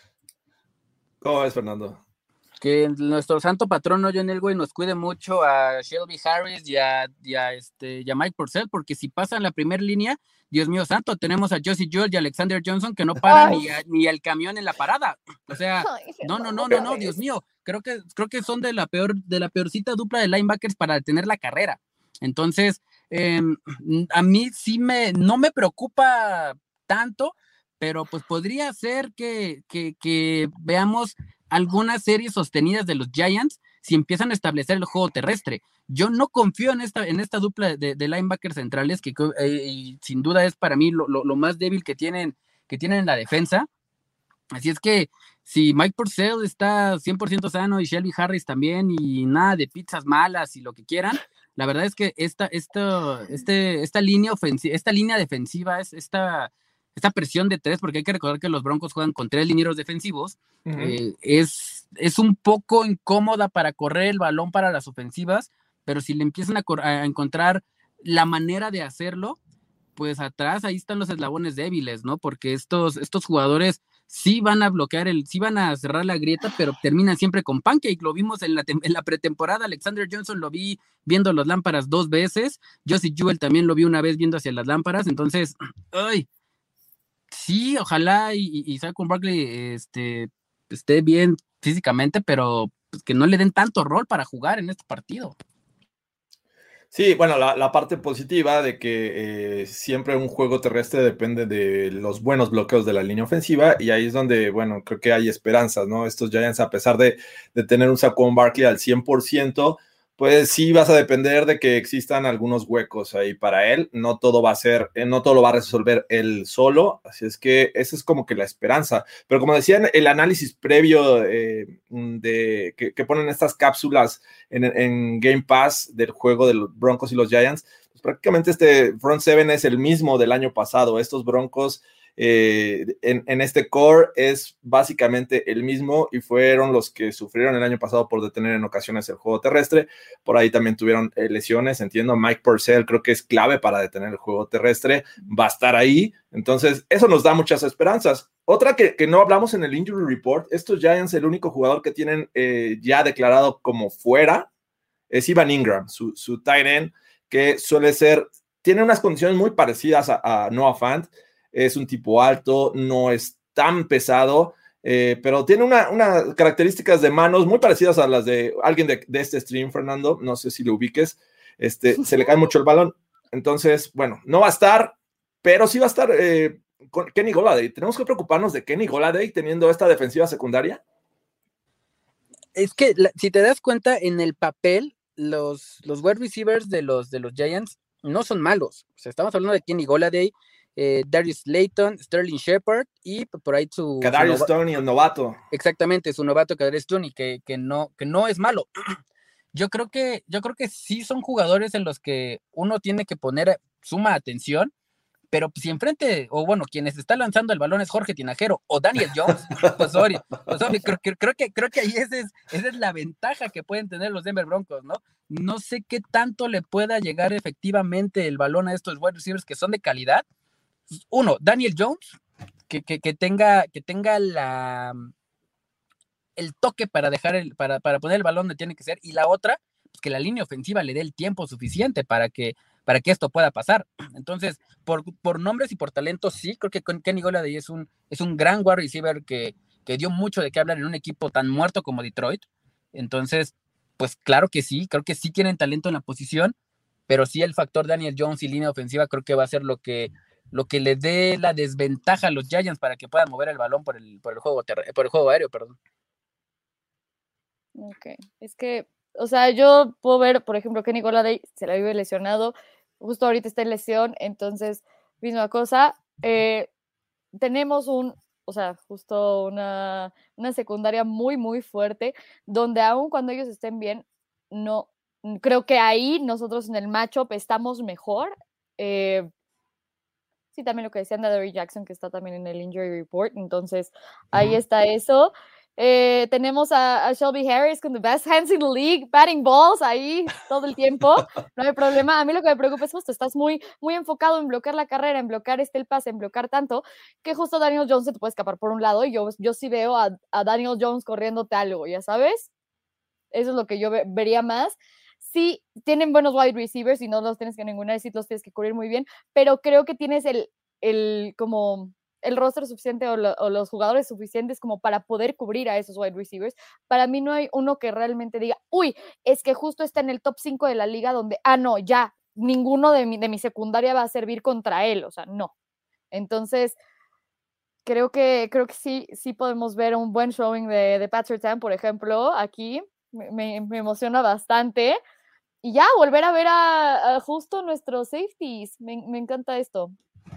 ¿Cómo ves, Fernando? Que nuestro santo patrono John Elway nos cuide mucho a Shelby Harris y a, y a, este, y a Mike Purcell, porque si pasan la primera línea, Dios mío santo, tenemos a Josie Jewell y Alexander Johnson que no paran ni, a, ni el camión en la parada. O sea, no, no, no, no, no, Dios mío, creo que, creo que son de la peor, de la peorcita dupla de linebackers para detener la carrera. Entonces, eh, a mí sí me, no me preocupa tanto, pero pues podría ser que, que, que veamos algunas series sostenidas de los Giants si empiezan a establecer el juego terrestre. Yo no confío en esta, en esta dupla de, de linebackers centrales, que eh, y sin duda es para mí lo, lo, lo más débil que tienen, que tienen en la defensa. Así es que si Mike Purcell está cien por ciento sano y Shelby Harris también, y nada de pizzas malas y lo que quieran, la verdad es que esta, esta, este, esta línea ofensiva, esta línea defensiva, es esta esta presión de tres, porque hay que recordar que los Broncos juegan con tres linieros defensivos, uh-huh. eh, es, es un poco incómoda para correr el balón para las ofensivas, pero si le empiezan a, cor- a encontrar la manera de hacerlo, pues atrás ahí están los eslabones débiles, ¿no? Porque estos, estos jugadores sí van a bloquear, el, sí van a cerrar la grieta, pero terminan siempre con pancake. Lo vimos en la, tem- en la pretemporada. Alexander Johnson lo vi viendo las lámparas dos veces, Josie Jewell también lo vi una vez viendo hacia las lámparas, entonces, ¡ay! Sí, ojalá y, y Saquon Barkley este, esté bien físicamente, pero pues, que no le den tanto rol para jugar en este partido. Sí, bueno, la, la parte positiva de que eh, siempre un juego terrestre depende de los buenos bloqueos de la línea ofensiva, y ahí es donde, bueno, creo que hay esperanzas, ¿no? Estos Giants, a pesar de, de tener un Saquon Barkley al cien por ciento, pues sí vas a depender de que existan algunos huecos ahí para él. No todo va a ser, no todo lo va a resolver él solo, así es que esa es como que la esperanza. Pero como decían, el análisis previo eh, de que, que ponen estas cápsulas en, en Game Pass del juego de los Broncos y los Giants, pues prácticamente este front seven es el mismo del año pasado. Estos Broncos Eh, en, en este core es básicamente el mismo, y fueron los que sufrieron el año pasado por detener en ocasiones el juego terrestre. Por ahí también tuvieron eh, lesiones, entiendo. Mike Purcell creo que es clave para detener el juego terrestre, va a estar ahí, entonces eso nos da muchas esperanzas. Otra que, que no hablamos en el Injury Report, estos Giants, el único jugador que tienen eh, ya declarado como fuera es Evan Ingram, su, su tight end, que suele ser, tiene unas condiciones muy parecidas a, a Noah Fant. Es un tipo alto, no es tan pesado, eh, pero tiene unas una características de manos muy parecidas a las de alguien de, de este stream, Fernando, no sé si lo ubiques, este, se le cae mucho el balón, entonces, bueno, no va a estar, pero sí va a estar eh, con Kenny Golladay. ¿Tenemos que preocuparnos de Kenny Golladay teniendo esta defensiva secundaria? Es que, la, si te das cuenta, en el papel, los, los wide receivers de los, de los Giants no son malos. O sea, estamos hablando de Kenny Golladay, Eh, Darius Slayton, Sterling Shepard y por ahí su... Kadarius Toney, el novato. Exactamente, su novato Kadarius Toney, que, que, no, que no es malo. Yo creo que, yo creo que sí son jugadores en los que uno tiene que poner suma atención, pero si enfrente, o bueno, quienes está lanzando el balón es Jorge Tinajero o Daniel Jones, pues sorry, pues sorry, creo, creo, creo, que, creo que ahí esa es, esa es la ventaja que pueden tener los Denver Broncos, ¿no? No sé qué tanto le pueda llegar efectivamente el balón a estos wide receivers que son de calidad. Uno, Daniel Jones, que, que, que tenga, que tenga la, el toque para dejar el, para, para poner el balón donde tiene que ser, y la otra, pues que la línea ofensiva le dé el tiempo suficiente para que, para que esto pueda pasar. Entonces, por, por nombres y por talento, sí, creo que Kenny Golladay es un, es un gran wide receiver que, que dio mucho de qué hablar en un equipo tan muerto como Detroit. Entonces, pues claro que sí, creo que sí tienen talento en la posición, pero sí el factor Daniel Jones y línea ofensiva creo que va a ser lo que lo que le dé la desventaja a los Giants para que puedan mover el balón por el, por el juego ter- por el juego aéreo, perdón. Ok, es que, o sea, yo puedo ver, por ejemplo, Kenny Golladay se la vive lesionado, justo ahorita está en lesión, entonces, misma cosa, eh, tenemos un, o sea, justo una, una secundaria muy, muy fuerte, donde aun cuando ellos estén bien, no, creo que ahí nosotros en el matchup estamos mejor. Eh, sí, también lo que decían de Adoree Jackson, que está también en el injury report, entonces ahí uh-huh. está eso. Eh, tenemos a, a Shelby Harris con the best hands in the league, batting balls ahí todo el tiempo, no hay problema. A mí lo que me preocupa es justo, estás muy, muy enfocado en bloquear la carrera, en bloquear este el pase, en bloquear tanto, que justo Daniel Jones se te puede escapar por un lado, y yo, yo sí veo a, a Daniel Jones corriéndote algo, ya sabes, eso es lo que yo ve, vería más. Sí, tienen buenos wide receivers y no los tienes que ninguna vez, sí los tienes que cubrir muy bien, pero creo que tienes el, el como... el roster suficiente o, lo, o los jugadores suficientes como para poder cubrir a esos wide receivers. Para mí no hay uno que realmente diga, uy, es que justo está en el top cinco de la liga donde, ah, no, ya, ninguno de mi, de mi secundaria va a servir contra él, o sea, no. Entonces, creo que, creo que sí, sí podemos ver un buen showing de, de Pat Surtain, por ejemplo, aquí, me, me, me emociona bastante. Y ya, volver a ver a, a justo nuestros safeties, me, me encanta esto.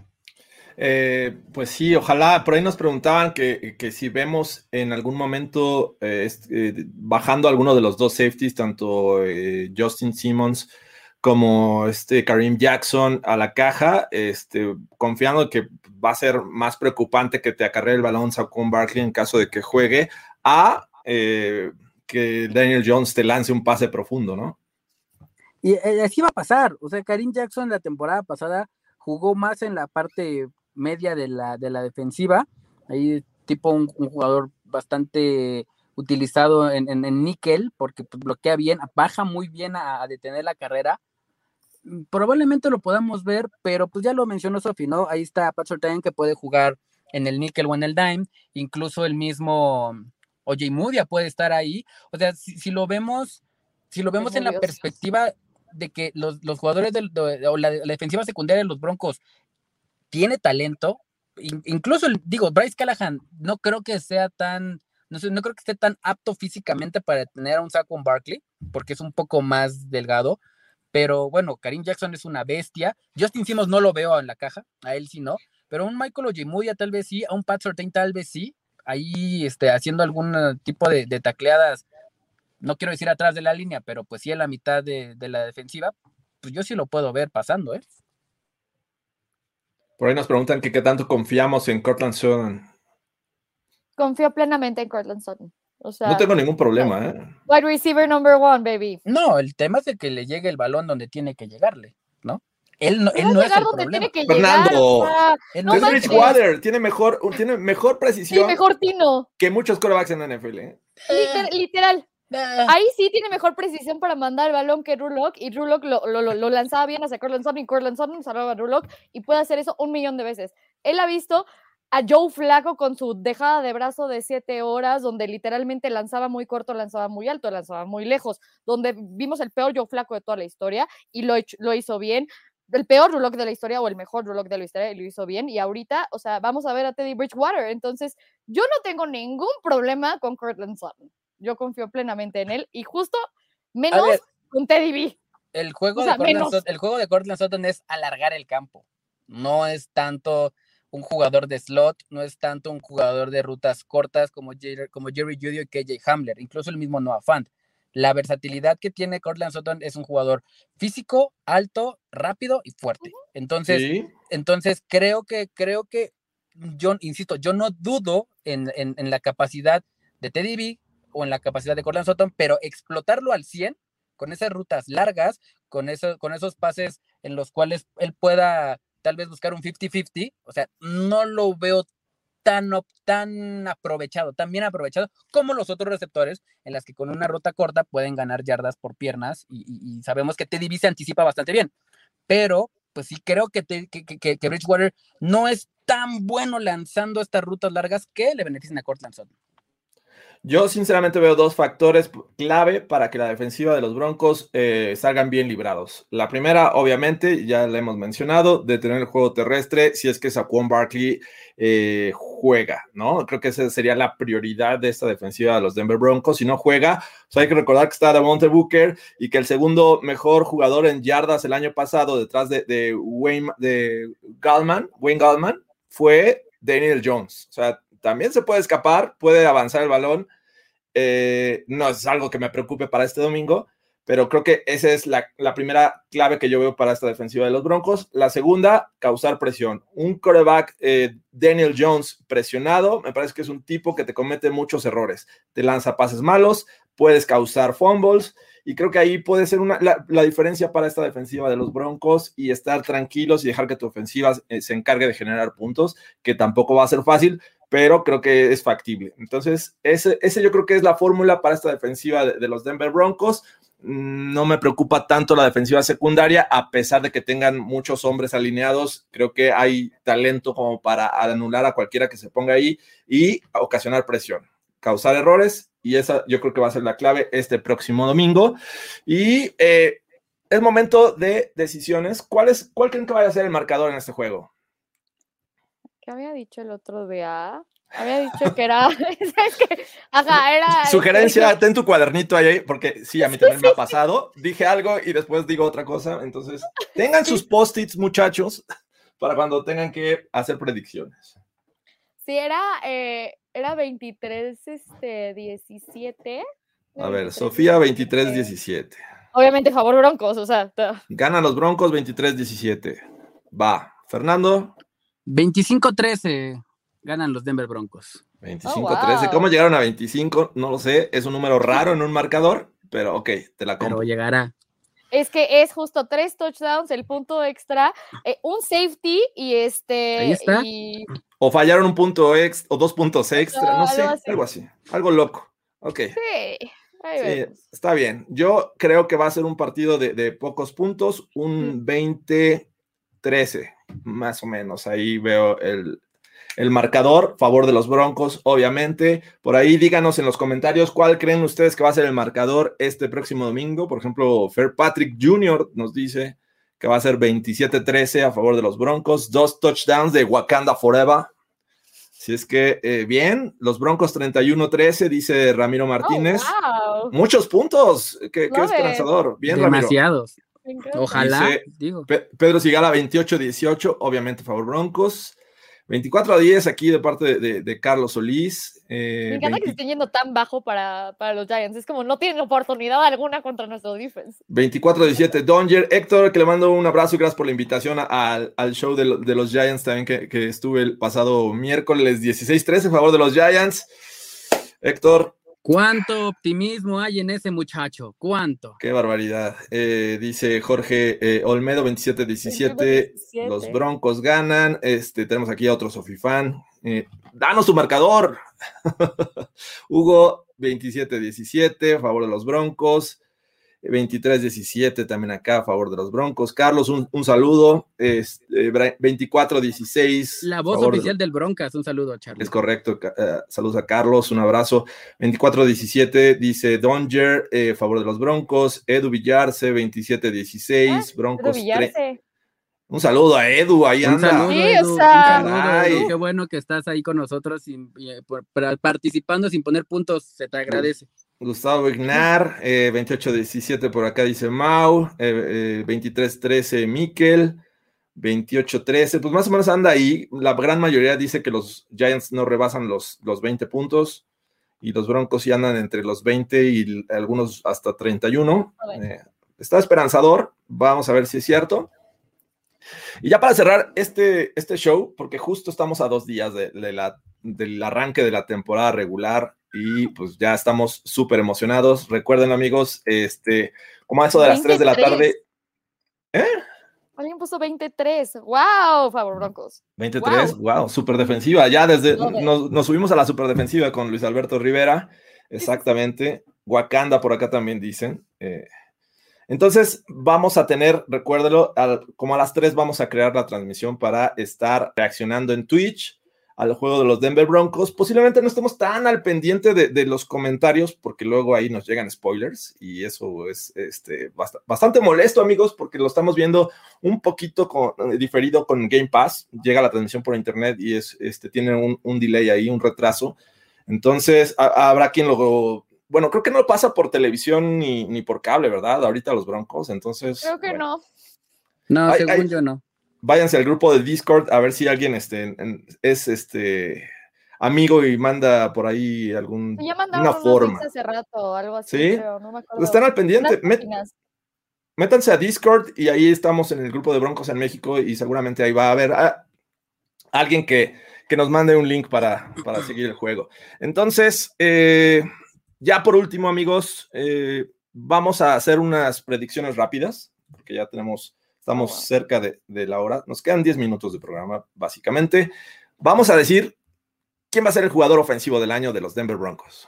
Eh, pues sí, ojalá, por ahí nos preguntaban que, que si vemos en algún momento eh, eh, bajando alguno de los dos safeties, tanto eh, Justin Simmons como este Kareem Jackson a la caja, este, confiando que va a ser más preocupante que te acarree el balón Saquon Barkley en caso de que juegue, a eh, que Daniel Jones te lance un pase profundo, ¿no? Y eh, así va a pasar, o sea, Kareem Jackson la temporada pasada jugó más en la parte media de la, de la defensiva, ahí tipo un, un jugador bastante utilizado en, en, en níquel, porque pues, bloquea bien, baja muy bien a, a detener la carrera. Probablemente lo podamos ver, pero pues ya lo mencionó Sofi, ¿no? Ahí está Pat Surtain, que puede jugar en el níquel o en el dime, incluso el mismo O J Mudia puede estar ahí. O sea, si, si lo vemos, si lo vemos en la perspectiva de que los, los jugadores del, de, o la, la defensiva secundaria de los Broncos tiene talento, incluso, el, digo, Bryce Callahan no creo que sea tan, no sé, no creo que esté tan apto físicamente para tener a un Saquon Barkley, porque es un poco más delgado, pero bueno, Kareem Jackson es una bestia. Justin Simmons no lo veo en la caja, a él sí no, pero un Michael Ojemudia tal vez sí, a un Pat Surtain tal vez sí, ahí este, haciendo algún tipo de, de tacleadas, no quiero decir atrás de la línea, pero pues sí a la mitad de, de la defensiva, pues yo sí lo puedo ver pasando, ¿eh? Por ahí nos preguntan que qué tanto confiamos en Courtland Sutton. Confío plenamente en Courtland Sutton. O sea, no tengo ningún problema, ¿eh? Wide receiver number one, baby. No, el tema es de que le llegue el balón donde tiene que llegarle, ¿no? Él no, él no es el problema. Tiene que Fernando, llegar, o sea, no es Bridgewater, tiene mejor, tiene mejor precisión. Sí, mejor tino. Que muchos quarterbacks en la N F L, ¿eh? Literal. literal. Ahí sí tiene mejor precisión para mandar el balón que Drew Lock, y Drew Lock lo, lo, lo, lo lanzaba bien hacia Courtland Sutton, y Courtland Sutton salvaba a Drew Lock, y puede hacer eso un millón de veces. Él ha visto a Joe Flacco con su dejada de brazo de siete horas, donde literalmente lanzaba muy corto, lanzaba muy alto, lanzaba muy lejos, donde vimos el peor Joe Flacco de toda la historia, y lo, lo hizo bien. El peor Drew Lock de la historia o el mejor Drew Lock de la historia, y lo hizo bien, y ahorita, o sea, vamos a ver a Teddy Bridgewater. Entonces, yo no tengo ningún problema con Courtland Sutton. Yo confío plenamente en él, y justo menos ver, con Teddy B. El juego, o sea, de Sutton, el juego de Courtland Sutton es alargar el campo. No es tanto un jugador de slot, no es tanto un jugador de rutas cortas como Jerry, como Jerry Jeudy y K J Hamler, incluso el mismo Noah Fant. La versatilidad que tiene Courtland Sutton es un jugador físico, alto, rápido y fuerte. Entonces, ¿sí? entonces creo que, creo que yo, insisto, yo no dudo en, en, en la capacidad de Teddy B o en la capacidad de Courtland Sutton, pero explotarlo al cien con esas rutas largas, con, eso, con esos pases en los cuales él pueda tal vez buscar un cincuenta cincuenta, o sea, no lo veo tan, tan aprovechado, tan bien aprovechado como los otros receptores, en las que con una ruta corta pueden ganar yardas por piernas, y, y, y sabemos que Teddy B se anticipa bastante bien, pero pues sí creo que, te, que, que, que Bridgewater no es tan bueno lanzando estas rutas largas que le beneficien a Courtland Sutton. Yo sinceramente veo dos factores clave para que la defensiva de los Broncos eh, salgan bien librados. La primera, obviamente, ya la hemos mencionado, detener el juego terrestre si es que Saquon Barkley eh, juega, ¿no? Creo que esa sería la prioridad de esta defensiva de los Denver Broncos. Si no juega, pues hay que recordar que está Devontae Booker y que el segundo mejor jugador en yardas el año pasado detrás de, de, Wayne, de Gallman, Wayne Gallman, fue Daniel Jones. O sea, también se puede escapar, puede avanzar el balón. Eh, no es algo que me preocupe para este domingo, pero creo que esa es la, la primera clave que yo veo para esta defensiva de los Broncos. La segunda, causar presión. Un quarterback, eh, Daniel Jones, presionado, me parece que es un tipo que te comete muchos errores. Te lanza pases malos, puedes causar fumbles, y creo que ahí puede ser una, la, la diferencia para esta defensiva de los Broncos y estar tranquilos y dejar que tu ofensiva eh, se encargue de generar puntos, que tampoco va a ser fácil, pero creo que es factible. Entonces, ese, ese yo creo que es la fórmula para esta defensiva de, de los Denver Broncos. No me preocupa tanto la defensiva secundaria, a pesar de que tengan muchos hombres alineados. Creo que hay talento como para anular a cualquiera que se ponga ahí y ocasionar presión, causar errores, y esa yo creo que va a ser la clave este próximo domingo. Y eh, es momento de decisiones. ¿Cuál, es, ¿Cuál creen que vaya a ser el marcador en este juego? ¿Qué había dicho el otro día? Había dicho que era... ¿sabes qué? Ajá, era... Sugerencia, ten tu cuadernito ahí, porque sí, a mí también me ha pasado. Dije algo y después digo otra cosa. Entonces, tengan sus post-its, muchachos, para cuando tengan que hacer predicciones. Sí, era, eh, era veintitrés, este, diecisiete. A ver, Sofía, veintitrés diecisiete. Obviamente, favor Broncos, o sea. Ganan los Broncos veintitrés diecisiete. Va. Fernando. veinticinco trece. Ganan los Denver Broncos. veinticinco trece. Oh, wow. ¿Cómo llegaron a veinticinco? No lo sé. Es un número raro en un marcador, pero ok, te la compro. Pero llegará. Es que es justo tres touchdowns, el punto extra, eh, un safety y este... Ahí está. Y... O fallaron un punto extra, o dos puntos extra, no, no sé, algo así. algo así, algo loco. Ok. Sí, ahí sí, vemos. Está bien. Yo creo que va a ser un partido de, de pocos puntos, un veinte trece, más o menos. Ahí veo el, el marcador, favor de los Broncos, obviamente. Por ahí díganos en los comentarios cuál creen ustedes que va a ser el marcador este próximo domingo. Por ejemplo, Fair Patrick junior nos dice que va a ser veintisiete trece a favor de los Broncos, dos touchdowns de Wakanda Forever. Si es que, eh, bien, los Broncos treinta y uno trece, dice Ramiro Martínez. Oh, wow. Muchos puntos, qué, qué esperanzador. Bien, demasiados. Ramiro. Ojalá. Dice, digo. Pe- Pedro Sigala, veintiocho dieciocho, obviamente favor Broncos. veinticuatro a diez aquí de parte de, de, de Carlos Solís. Eh, Me encanta veinte... que se estén yendo tan bajo para, para los Giants. Es como no tienen oportunidad alguna contra nuestro defense. veinticuatro a diecisiete, Donger. Héctor, que le mando un abrazo y gracias por la invitación a, a, al show de, de los Giants también que, que estuve el pasado miércoles. Dieciséis trece a favor de los Giants. Héctor. ¿Cuánto optimismo hay en ese muchacho? ¿Cuánto? Qué barbaridad. Eh, dice Jorge eh, Olmedo, veintisiete diecisiete. Los Broncos ganan. Este, tenemos aquí a otro Sofifan. Eh, danos tu marcador. Hugo, veintisiete diecisiete, a favor de los Broncos. veintitrés diecisiete también acá, a favor de los Broncos. Carlos, un, un saludo. Este, veinticuatro dieciséis. La voz oficial de... del Broncas, un saludo a Charlie. Es correcto, uh, saludos a Carlos, un abrazo. veinticuatro diecisiete, dice Donger, eh, a favor de los Broncos. Edu Villarce, veintisiete dieciséis. Ah, Broncos. Tre... Un saludo a Edu, ahí un anda. Saludo, sí, Edu, o sea... un saludo, Edu. Qué bueno que estás ahí con nosotros sin, por, por, participando sin poner puntos, se te agradece. Gustavo Ignar, eh, veintiocho diecisiete por acá dice Mau, eh, eh, veintitrés trece Miquel, veintiocho trece, pues más o menos anda ahí. La gran mayoría dice que los Giants no rebasan los, los veinte puntos y los Broncos sí andan entre los veinte y algunos hasta treinta y uno. Eh, está esperanzador, vamos a ver si es cierto. Y ya para cerrar este, este show, porque justo estamos a dos días de, de la, del arranque de la temporada regular y pues ya estamos súper emocionados. Recuerden, amigos, este, como a eso de las tres de la tarde. ¿Eh? Alguien puso veintitrés. ¡Wow! Favor, Broncos. veintitrés, wow, wow, súper defensiva. Ya desde nos, nos subimos a la súper defensiva con Luis Alberto Rivera. Exactamente. Wakanda por acá también dicen. Eh, Entonces vamos a tener, recuérdelo, al, como a las tres vamos a crear la transmisión para estar reaccionando en Twitch al juego de los Denver Broncos. Posiblemente no estemos tan al pendiente de, de los comentarios porque luego ahí nos llegan spoilers y eso es este, bast bastante molesto, amigos, porque lo estamos viendo un poquito con, eh, diferido con Game Pass. Llega la transmisión por internet y es, este, tiene un, un delay ahí, un retraso. Entonces a, habrá quien lo... Bueno, creo que no pasa por televisión ni, ni por cable, ¿verdad? Ahorita los Broncos, entonces... Creo que bueno. no. No, ay, según ay, yo no. Váyanse al grupo de Discord a ver si alguien este, en, es este... amigo y manda por ahí algún, Ya mandaron una unos forma. links hace rato o algo así, ¿Sí? creo, no me acuerdo. Están al pendiente. Unas Met- páginas. métanse a Discord y ahí estamos en el grupo de Broncos en México y seguramente ahí va a haber a- alguien que, que nos mande un link para, para seguir el juego. Entonces, eh, ya por último, amigos, eh, vamos a hacer unas predicciones rápidas, porque ya tenemos, estamos Oh, wow. cerca de, de la hora. Nos quedan diez minutos de programa, básicamente. Vamos a decir quién va a ser el jugador ofensivo del año de los Denver Broncos.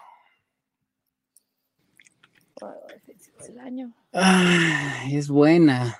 El año. Ay, es buena.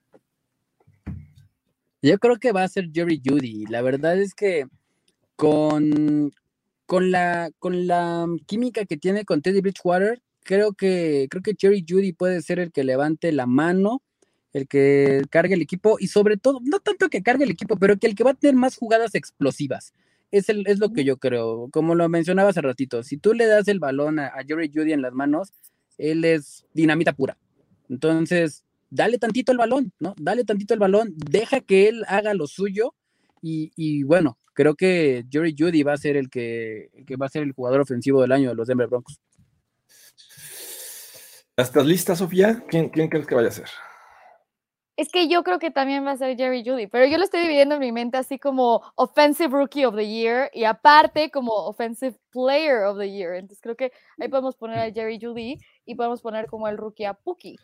Yo creo que va a ser Jerry Jeudy. La verdad es que con, con, la, con la química que tiene con Teddy Bridgewater, creo que, creo que Jerry Jeudy puede ser el que levante la mano, el que cargue el equipo y sobre todo, no tanto que cargue el equipo, pero que el que va a tener más jugadas explosivas. Es, el, es lo que yo creo. Como lo mencionaba hace ratito, si tú le das el balón a, a Jerry Jeudy en las manos, él es dinamita pura. Entonces, dale tantito el balón, ¿no? Dale tantito el balón, deja que él haga lo suyo y, y bueno, creo que Jerry Jeudy va a ser el que, el que va a ser el jugador ofensivo del año de los Denver Broncos. ¿Estás lista, Sofía? ¿Quién, quién crees que vaya a ser? Es que yo creo que también va a ser Jerry Jeudy, pero yo lo estoy dividiendo en mi mente así como Offensive Rookie of the Year y aparte como Offensive Player of the Year. Entonces creo que ahí podemos poner a Jerry Jeudy y podemos poner como el rookie a Pookie.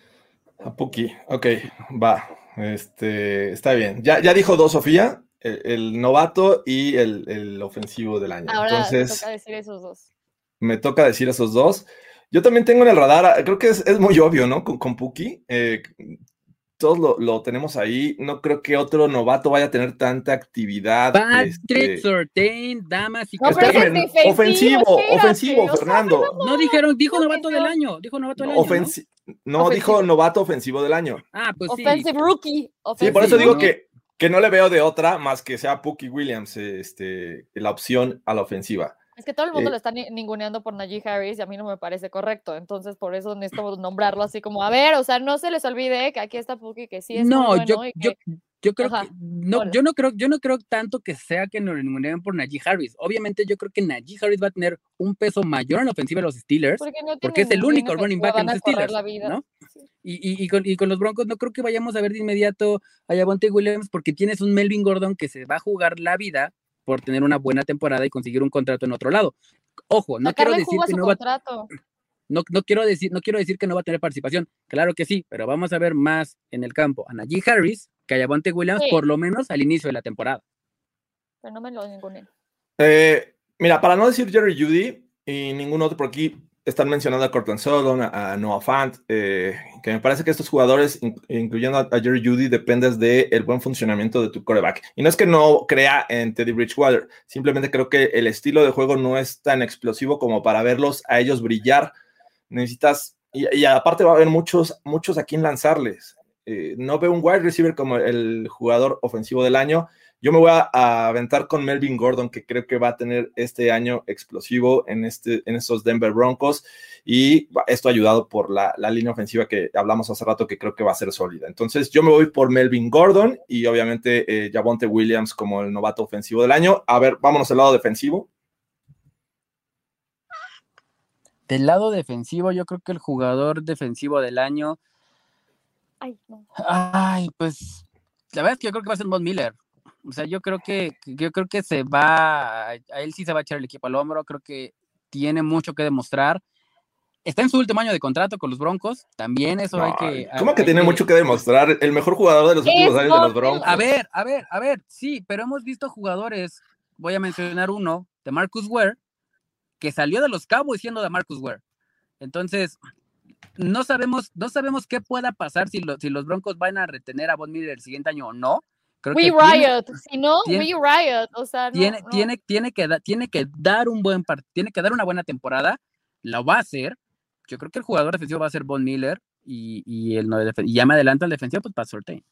A Puki, ok, va. Este, está bien. Ya, ya dijo dos, Sofía, el, el novato y el, el ofensivo del año. Ahora Entonces, me toca decir esos dos. me toca decir esos dos. Yo también tengo en el radar, creo que es, es muy obvio, ¿no? Con, con Puki. Eh, todos lo, lo tenemos ahí. No creo que otro novato vaya a tener tanta actividad. Patrick este... Surtain, damas y No, pero ese es Espérame, defensivo, ofensivo, espérate, ofensivo, o sea, Fernando. Fernando, No dijeron, dijo no, novato no. del año, dijo novato del No, año, ofensi- ¿no? no Ofensivo. dijo novato ofensivo del año. Ah, pues sí. Offensive Rookie. Sí, Offensive por eso Sí, digo no. que, que no le veo de otra más que sea Puki Williams este, la opción a la ofensiva. Es que todo el mundo Eh, lo está ni- ninguneando por Najee Harris y a mí no me parece correcto. Entonces, por eso necesito nombrarlo así como, a ver, o sea, no se les olvide que aquí está Puki, que sí es No, muy bueno yo, y yo, que... yo creo Ajá, que no, hola. yo no creo, yo no creo tanto que sea que nos ninguneen por Najee Harris. Obviamente, yo creo que Najee Harris va a tener un peso mayor en la ofensiva de los Steelers, Porque, no porque es el tienen único línea running ofensiva, back en van los a correr Steelers, la vida. ¿no? Sí. Y, y, y, con, y con los Broncos no creo que vayamos a ver de inmediato a Javonte Williams porque tienes un Melvin Gordon que se va a jugar la vida por tener una buena temporada y conseguir un contrato en otro lado. Ojo, no quiero Sacarle decir jugo a que su no va, contrato. no, no quiero decir, no quiero decir que no va a tener participación. Claro que sí, pero vamos a ver más en el campo a Najee Harris que a Javonte Williams, Sí. por lo menos al inicio de la temporada. Pero no me lo ninguneen. Eh, mira, para no decir Jerry Jeudy y ningún otro por aquí, están mencionando a Cortland Sutton, a, a Noah Fant, eh, que me parece que estos jugadores, in, incluyendo a, a Jerry Jeudy, dependes del buen funcionamiento de tu quarterback. Y no es que no crea en Teddy Bridgewater, simplemente creo que el estilo de juego no es tan explosivo como para verlos a ellos brillar. Necesitas, y, y aparte va a haber muchos, muchos a quien lanzarles. Eh, no veo un wide receiver como el jugador ofensivo del año. Yo me voy a, a aventar con Melvin Gordon, que creo que va a tener este año explosivo en, este, en estos Denver Broncos, y esto ayudado por la, la línea ofensiva que hablamos hace rato, que creo que va a ser sólida. Entonces yo me voy por Melvin Gordon y obviamente eh, Javonte Williams como el novato ofensivo del año. A ver, vámonos al lado defensivo. Del lado defensivo, yo creo que el jugador defensivo del año, Ay, no. ay, pues, la verdad es que yo creo que va a ser Von Miller. O sea, yo creo que, yo creo que se va, a él sí se va a echar el equipo al hombro, creo que tiene mucho que demostrar. Está en su último año de contrato con los Broncos, también eso No, hay que... ¿Cómo hay que tiene que... mucho que demostrar? El mejor jugador de los últimos Es años de los Von Broncos. A ver, a ver, a ver, sí, pero hemos visto jugadores, voy a mencionar uno, de Marcus Ware, que salió de los Cowboys siendo de Marcus Ware. Entonces, no sabemos, no sabemos qué pueda pasar si, lo, si los Broncos van a retener a Von Miller el siguiente año o no. Creo We que riot, tiene, si no, tiene, we riot, o sea, no, tiene, no. tiene, tiene, que da, tiene que dar un buen part, tiene que dar una buena temporada, lo va a hacer. Yo creo que el jugador defensivo va a ser Von Miller y, y, el, y ya me adelanto al defensivo, pues para Surtain.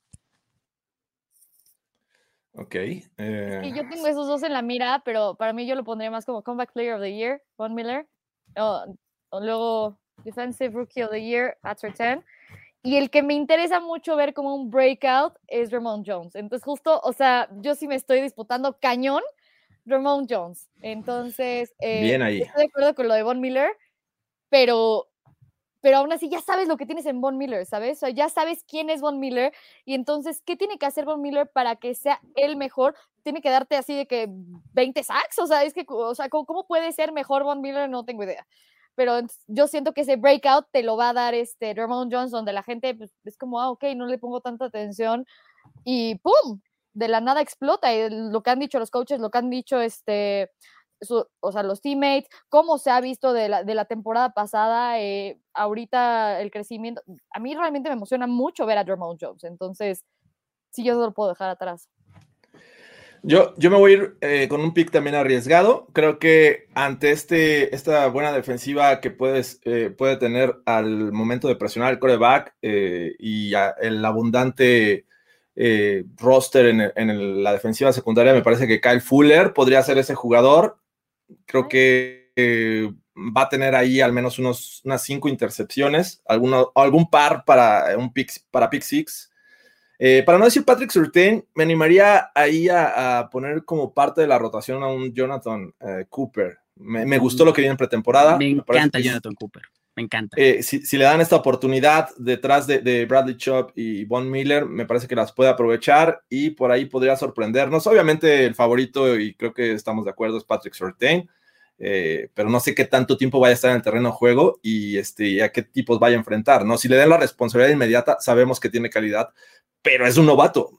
Ok. Eh... Y yo tengo esos dos en la mira, pero para mí yo lo pondría más como Comeback Player of the Year, Von Miller, o, o luego Defensive Rookie of the Year, at ten. Y el que me interesa mucho ver como un breakout es Ramon Jones. Entonces, justo, o sea, yo sí me estoy disputando cañón Ramon Jones. Entonces, eh, bien ahí. Estoy de acuerdo con lo de Von Miller, pero, pero aún así ya sabes lo que tienes en Von Miller, ¿sabes? O sea, ya sabes quién es Von Miller y entonces, ¿qué tiene que hacer Von Miller para que sea el mejor? Tiene que darte así de que veinte sacks, o sea, es que, o sea, ¿cómo, cómo puede ser mejor Von Miller? No tengo idea. Pero yo siento que ese breakout te lo va a dar este Ramon Jones, donde la gente pues, es como, ah, ok, no le pongo tanta atención y ¡pum! De la nada explota. Y lo que han dicho los coaches, lo que han dicho este, su, o sea, los teammates, cómo se ha visto de la, de la temporada pasada, eh, ahorita el crecimiento. A mí realmente me emociona mucho ver a Ramon Jones. Entonces, sí, yo no lo puedo dejar atrás. Yo, yo me voy a ir eh, con un pick también arriesgado. Creo que ante este, esta buena defensiva que puedes, eh, puede tener al momento de presionar el quarterback eh, y a, el abundante eh, roster en, en el, la defensiva secundaria, me parece que Kyle Fuller podría ser ese jugador. Creo que eh, va a tener ahí al menos unos, unas cinco intercepciones, alguno, algún par para un pick, para pick six. Eh, para no decir Patrick Surtain, me animaría ahí a, a poner como parte de la rotación a un Jonathan eh, Cooper. Me, me gustó lo que vi en pretemporada. Me, me encanta Jonathan Cooper, me encanta. Eh, si, si le dan esta oportunidad detrás de, de Bradley Chubb y Von Miller, me parece que las puede aprovechar y por ahí podría sorprendernos. Obviamente el favorito, y creo que estamos de acuerdo, es Patrick Surtain. Eh, pero no sé qué tanto tiempo vaya a estar en el terreno de juego y este, a qué tipos vaya a enfrentar, ¿no? Si le dan la responsabilidad inmediata, sabemos que tiene calidad, pero es un novato.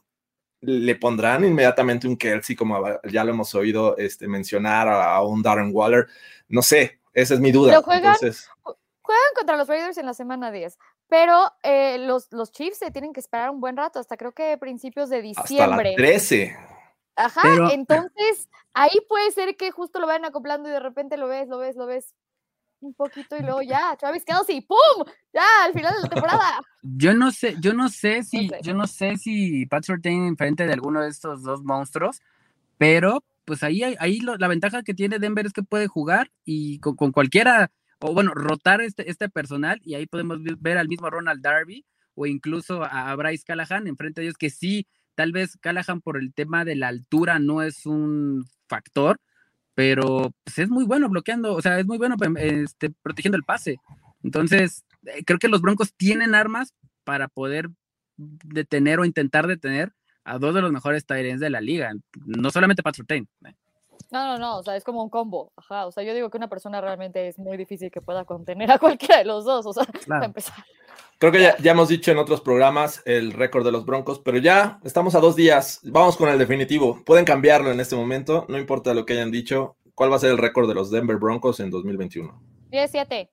Le pondrán inmediatamente un Kelsey, como ya lo hemos oído este, mencionar, a, a un Darren Waller. No sé, esa es mi duda. Pero juegan, Entonces, juegan contra los Raiders en la semana diez, pero eh, los, los Chiefs se tienen que esperar un buen rato, hasta creo que principios de diciembre. Hasta la trece. Ajá, pero entonces ahí puede ser que justo lo vayan acoplando y de repente lo ves, lo ves, lo ves un poquito y luego ya, Travis Kelce, ¡pum! Ya, al final de la temporada. Yo no sé, yo no sé si, no sé. yo no sé si Pat Surtain enfrente de alguno de estos dos monstruos, pero pues ahí, ahí lo, la ventaja que tiene Denver es que puede jugar y con, con cualquiera, o bueno, rotar este, este personal, y ahí podemos ver al mismo Ronald Darby o incluso a, a Bryce Callahan enfrente de ellos, que sí, tal vez Callahan por el tema de la altura no es un factor, pero pues es muy bueno bloqueando, o sea, es muy bueno este, protegiendo el pase. Entonces, eh, creo que los Broncos tienen armas para poder detener o intentar detener a dos de los mejores tight ends de la liga, no solamente Pat Surtain. ¿eh? No, no, no, o sea, es como un combo. Ajá, o sea, yo digo que una persona realmente es muy difícil que pueda contener a cualquiera de los dos, o sea, Claro. para empezar. Creo que ya, ya hemos dicho en otros programas el récord de los Broncos, pero ya estamos a dos días. Vamos con el definitivo. Pueden cambiarlo en este momento, no importa lo que hayan dicho. ¿Cuál va a ser el récord de los Denver Broncos en dos mil veintiuno? diez siete.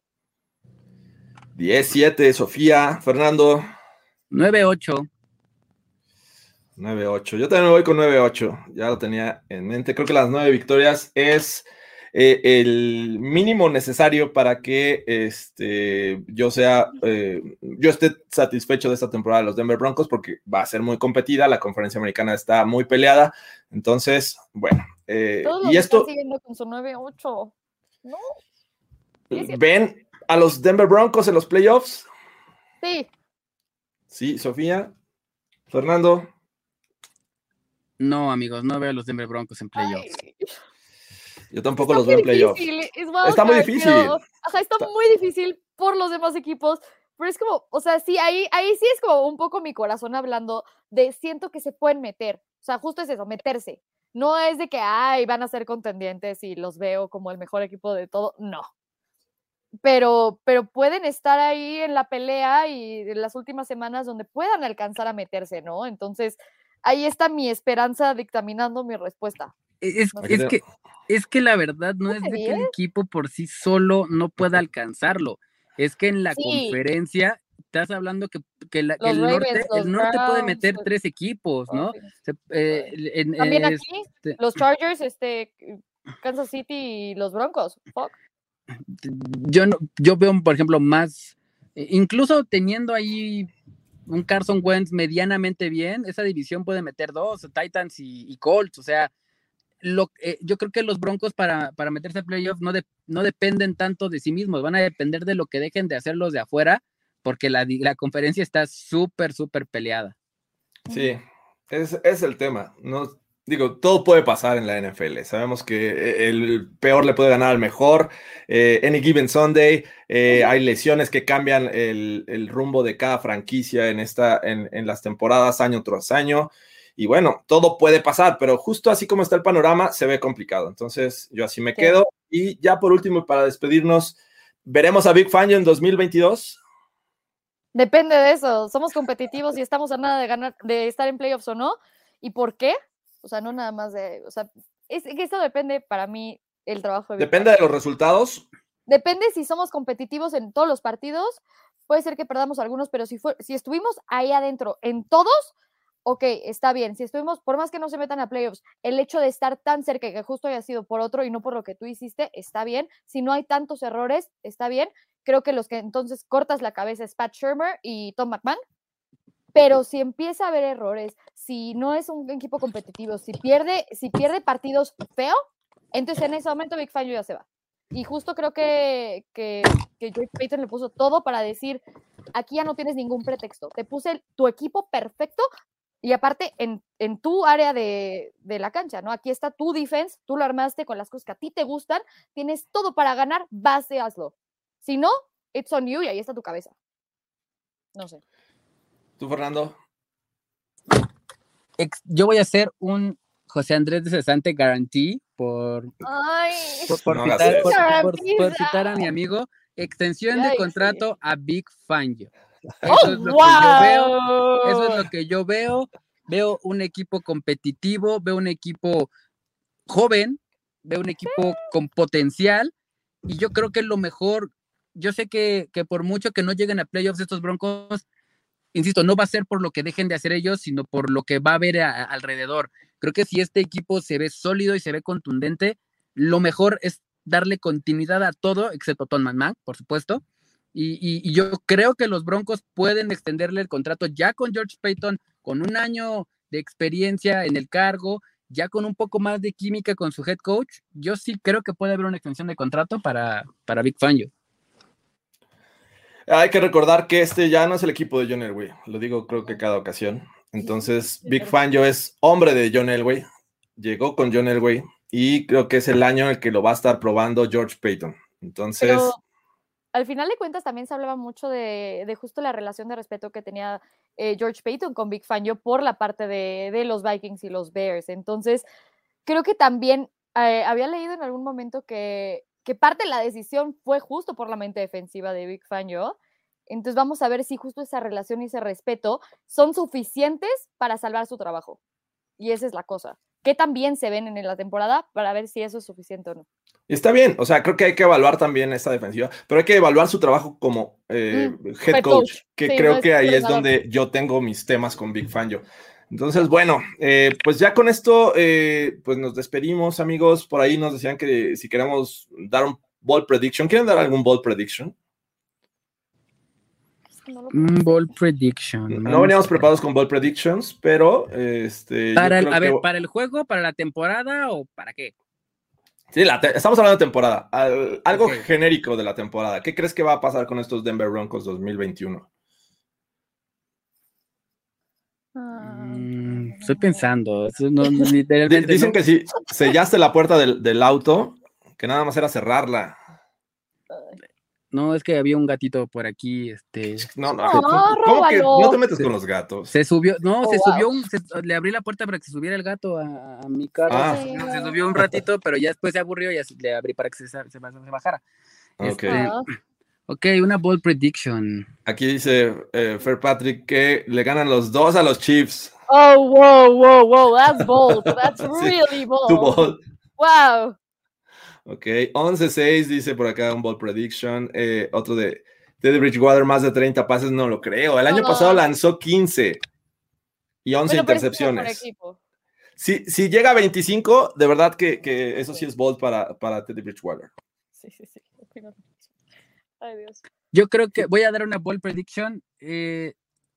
diez siete, Sofía. Fernando. nueve ocho. nueve ocho. Yo también me voy con nueve ocho. Ya lo tenía en mente. Creo que las nueve victorias es eh, el mínimo necesario para que este, yo sea, eh, yo esté satisfecho de esta temporada de los Denver Broncos, porque va a ser muy competida. La conferencia americana está muy peleada. Entonces, bueno. Eh, Todos los y esto. están siguiendo con su nueve ocho. No. ¿Ven a los Denver Broncos en los playoffs? Sí. Sí, Sofía. Fernando. No, amigos, no veo a los Denver Broncos en playoffs. Ay. Yo tampoco Está los veo en playoffs. Está muy difícil. Pero, ajá, está, está muy difícil por los demás equipos. Pero es como, o sea, sí, ahí, ahí sí es como un poco mi corazón hablando de siento que se pueden meter. O sea, justo es eso, meterse. No es de que, ay, van a ser contendientes y los veo como el mejor equipo de todo. No. Pero, pero pueden estar ahí en la pelea y en las últimas semanas donde puedan alcanzar a meterse, ¿no? Entonces, ahí está mi esperanza dictaminando mi respuesta. Es, No es, sé. que, es que la verdad no es de que el equipo por sí solo no pueda alcanzarlo. Es que en la Sí. conferencia estás hablando que, que, la, que Los el, Ravens, norte, los el norte puede Browns, meter los- tres equipos, ¿no? Dolphins. Se- eh, en- También en aquí, este- los Chargers, este, Kansas City y los Broncos. Fuck. yo, no, yo veo, por ejemplo, más, eh, incluso teniendo ahí un Carson Wentz medianamente bien, esa división puede meter dos, Titans y, y Colts, o sea, lo, eh, yo creo que los Broncos para, para meterse a playoffs no, de, no dependen tanto de sí mismos, van a depender de lo que dejen de hacer los de afuera, porque la, la conferencia está súper, súper peleada. Sí, es, es el tema. No, Digo, todo puede pasar en la N F L. Sabemos que el peor le puede ganar al mejor. Eh, any given Sunday, eh, hay lesiones que cambian el, el rumbo de cada franquicia en, esta, en, en las temporadas año tras año. Y bueno, todo puede pasar, pero justo así como está el panorama, se ve complicado. Entonces, yo así me sí. quedo. Y ya por último, para despedirnos, ¿veremos a Vic Fangio en dos mil veintidós? Depende de eso. Somos competitivos y estamos a nada de ganar, de estar en playoffs o no. ¿Y por qué? O sea, no nada más de, o sea, es que esto depende para mí el trabajo de Vic Depende Fangio. de los resultados. Depende si somos competitivos en todos los partidos. Puede ser que perdamos algunos, pero si, fue, si estuvimos ahí adentro en todos, ok, está bien. Si estuvimos, por más que no se metan a playoffs, el hecho de estar tan cerca y que justo haya sido por otro y no por lo que tú hiciste, está bien. Si no hay tantos errores, está bien. Creo que los que entonces cortas la cabeza es Pat Shurmur y Tom McMahon. Pero si empieza a haber errores, si no es un equipo competitivo, si pierde, si pierde partidos feo, entonces en ese momento Vic Fangio ya se va. Y justo creo que, que, que George Paton le puso todo para decir, aquí ya no tienes ningún pretexto. Te puse el, tu equipo perfecto y aparte en, en tu área de, de la cancha, ¿no? Aquí está tu defense, tú lo armaste con las cosas que a ti te gustan, tienes todo para ganar, vas y hazlo. Si no, it's on you y ahí está tu cabeza. No sé. ¿Tú, Fernando? Yo voy a hacer un José Andrés de Cesante guarantee por, Ay, por, por, no citar, por, por, por citar a mi amigo. Extensión Ay, de contrato sí. a Vic Fangio. Eso, Oh, es lo wow. que yo veo, eso es lo que yo veo. Veo un equipo competitivo, veo un equipo joven, veo un equipo con potencial y yo creo que lo mejor, yo sé que, que por mucho que no lleguen a playoffs estos Broncos, insisto, no va a ser por lo que dejen de hacer ellos, sino por lo que va a haber a, a, alrededor. Creo que si este equipo se ve sólido y se ve contundente, lo mejor es darle continuidad a todo, excepto Tom McMahon, por supuesto. Y, y, y yo creo que los Broncos pueden extenderle el contrato ya con George Paton, con un año de experiencia en el cargo, ya con un poco más de química con su head coach. Yo sí creo que puede haber una extensión de contrato para, para Vic Fangio. Hay que recordar que este ya no es el equipo de John Elway, lo digo creo que cada ocasión. Entonces, Vic Fangio es hombre de John Elway, llegó con John Elway y creo que es el año en el que lo va a estar probando George Paton. Entonces... Pero, al final de cuentas también se hablaba mucho de, de justo la relación de respeto que tenía eh, George Paton con Vic Fangio por la parte de, de los Vikings y los Bears. Entonces, creo que también eh, había leído en algún momento que que parte de la decisión fue justo por la mente defensiva de Vic Fangio. Entonces vamos a ver si justo esa relación y ese respeto son suficientes para salvar su trabajo. Y esa es la cosa. ¿Qué tan bien se ven en la temporada para ver si eso es suficiente o no? Está bien, o sea, creo que hay que evaluar también esta defensiva, pero hay que evaluar su trabajo como eh, mm, head, head coach, coach, que sí, creo no que ahí es donde yo tengo mis temas con Vic Fangio. Entonces, bueno, eh, pues ya con esto, eh, pues nos despedimos, amigos. Por ahí nos decían que si queremos dar un bold prediction, ¿quieren dar algún bold prediction? Un bold prediction. No veníamos preparados con bold predictions, pero este. Para el, yo creo a que... ver, ¿para el juego, para la temporada o para qué? Sí, la te- estamos hablando de temporada. Al, algo Okay. genérico de la temporada. ¿Qué crees que va a pasar con estos Denver Broncos dos mil veintiuno? Mm, estoy pensando. No, literalmente Dicen no. que si sellaste la puerta del, del auto, que nada más era cerrarla. No, es que había un gatito por aquí, este. No, no, No, ¿cómo, cómo que no te metes con los gatos? Se subió, no, Oh, se wow. subió, un, se, le abrí la puerta para que se subiera el gato a, a mi carro. Ah. Se, subió, se subió un ratito, pero ya después se aburrió y así le abrí para que se, se, se bajara. Ok. Este, ok, una bold prediction. Aquí dice eh, Fair Patrick que le ganan los dos a los Chiefs. Oh, wow, wow, wow, that's bold. That's really bold. Too bold. Wow. Ok, once seis dice por acá un bold prediction. Eh, otro de Teddy Bridgewater, más de treinta pases, no lo creo. El año No. pasado lanzó quince y once Bueno, pero es intercepciones. equipo. Si, si llega a veinticinco, de verdad que, que eso sí es bold para, para Teddy Bridgewater. Sí, sí, sí. Ay, Dios. Yo creo que voy a dar una bold prediction. Eh,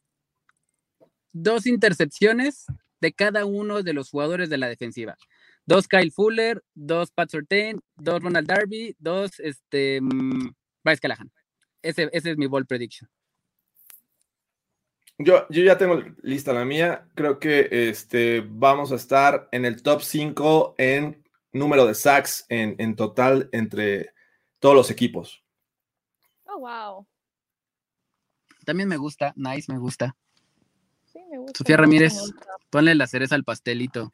dos intercepciones de cada uno de los jugadores de la defensiva. Dos Kyle Fuller, dos Pat Surtain, dos Ronald Darby, dos este, um, Bryce Callahan. Ese, ese es mi bold prediction. Yo, yo ya tengo lista la mía. Creo que este, vamos a estar en el top cinco en número de sacks en, en total entre todos los equipos. Oh, wow. También me gusta, nice, me gusta. Sí, me gusta. Sofía me Ramírez, gusta, me gusta. ponle la cereza al pastelito.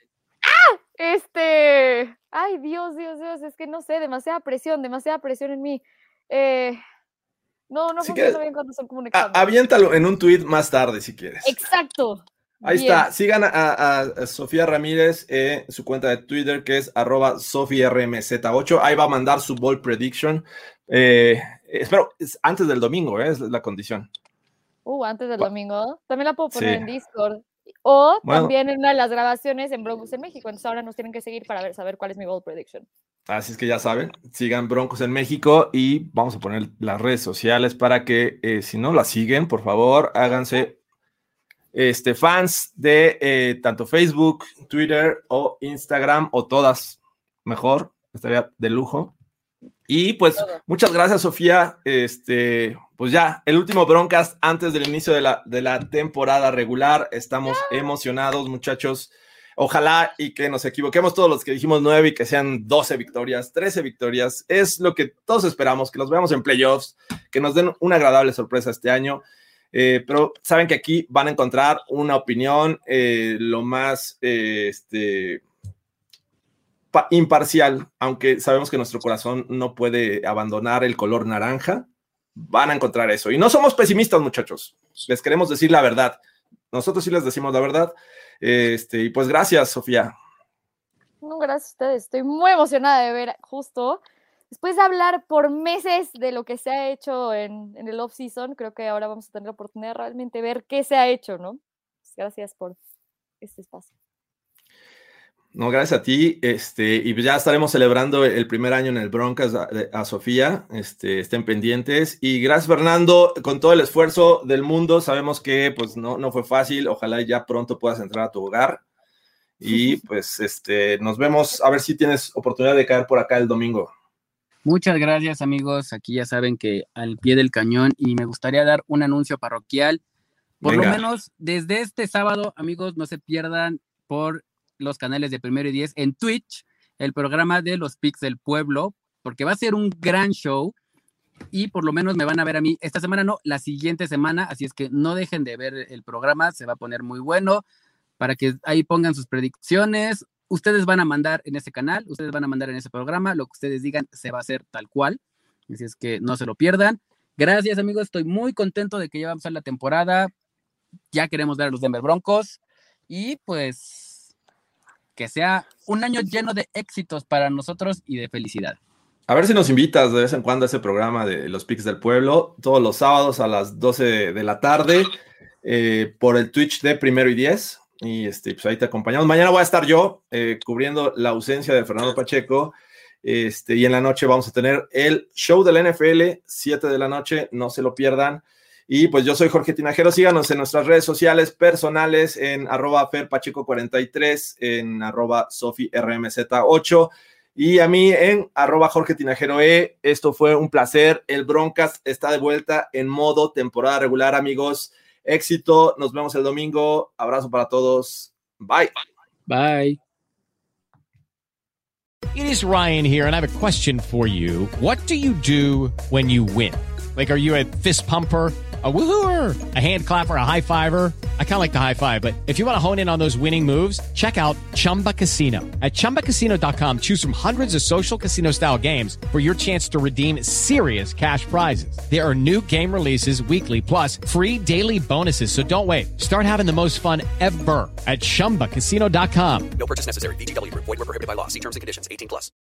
Este, ay, Dios, Dios, Dios, es que no sé, demasiada presión, demasiada presión en mí. Eh, no, no Si funciona quieres, bien cuando son como un a- examen. aviéntalo en un tweet más tarde si quieres. Exacto. Ahí Bien. está. Sigan a, a- a Sofía Ramírez en su cuenta de Twitter, que es arroba Sofi R M Z ocho. Ahí va a mandar su bold prediction. Eh, espero, es antes del domingo, ¿eh? Es la condición. Uh, antes del Pa- domingo. También la puedo poner Sí. en Discord. O Bueno. también en una de las grabaciones en Broncos en México. Entonces ahora nos tienen que seguir para ver, saber cuál es mi bold prediction. Así es que ya saben, sigan Broncos en México y vamos a poner las redes sociales para que eh, si no las siguen, por favor, háganse este, fans de eh, tanto Facebook, Twitter o Instagram o todas, mejor, estaría de lujo. Y pues Todo. muchas gracias, Sofía. Este, pues ya, el último Broncast antes del inicio de la, de la temporada regular. Estamos emocionados, muchachos. Ojalá y que nos equivoquemos todos los que dijimos nueve y que sean doce victorias, trece victorias. Es lo que todos esperamos, que los veamos en playoffs, que nos den una agradable sorpresa este año. Eh, pero saben que aquí van a encontrar una opinión eh, lo más eh, este, pa- imparcial, aunque sabemos que nuestro corazón no puede abandonar el color naranja. Van a encontrar eso. Y no somos pesimistas, muchachos. Les queremos decir la verdad. Nosotros sí les decimos la verdad. Este, y pues gracias, Sofía. No, gracias a ustedes. Estoy muy emocionada de ver justo. Después de hablar por meses de lo que se ha hecho en, en el off-season, creo que ahora vamos a tener la oportunidad de realmente ver qué se ha hecho, ¿no? Pues gracias por este espacio. No, gracias a ti. Este, y ya estaremos celebrando el primer año en el Broncas a, a Sofía. Este, estén pendientes. Y gracias, Fernando, con todo el esfuerzo del mundo. Sabemos que pues, no, no fue fácil. Ojalá ya pronto puedas entrar a tu hogar. Y pues este, nos vemos. A ver si tienes oportunidad de caer por acá el domingo. Muchas gracias, amigos. Aquí ya saben que al pie del cañón, y me gustaría dar un anuncio parroquial. Por Venga. lo menos desde este sábado, amigos, no se pierdan por los canales de Primero y Diez en Twitch el programa de los Picks del Pueblo, porque va a ser un gran show y por lo menos me van a ver a mí esta semana, no, la siguiente semana, así es que no dejen de ver el programa, se va a poner muy bueno para que ahí pongan sus predicciones. Ustedes van a mandar en ese canal, ustedes van a mandar en ese programa, lo que ustedes digan se va a hacer tal cual, así es que no se lo pierdan. Gracias, amigos, estoy muy contento de que ya vamos a la temporada, ya queremos ver a los Denver Broncos y pues que sea un año lleno de éxitos para nosotros y de felicidad. A ver si nos invitas de vez en cuando a ese programa de los Picks del Pueblo, todos los sábados a las doce de la tarde, eh, por el Twitch de Primero y Diez. Y este, pues ahí te acompañamos. Mañana voy a estar yo eh, cubriendo la ausencia de Fernando Pacheco. Este, y en la noche vamos a tener el show de la N F L, siete de la noche, no se lo pierdan. Y pues yo soy Jorge Tinajero, síganos en nuestras redes sociales personales en arroba ferpacheco cuarenta y tres, en arroba Sofi R M Z ocho y a mí en arroba Jorge Tinajero E. Esto fue un placer, el Broncast está de vuelta en modo temporada regular, amigos. Éxito, nos vemos el domingo, abrazo para todos, bye. Bye. It is Ryan here, and I have a question for you. What do you do when you win? Like, are you a fist pumper, a woohooer, a hand clapper, a high fiver? I kind of like the high five, but if you want to hone in on those winning moves, check out Chumba Casino. At chumba casino dot com, choose from hundreds of social casino style games for your chance to redeem serious cash prizes. There are new game releases weekly, plus free daily bonuses. So don't wait. Start having the most fun ever at chumba casino dot com. No purchase necessary. V G W Group. Void where prohibited by law. See terms and conditions. eighteen plus.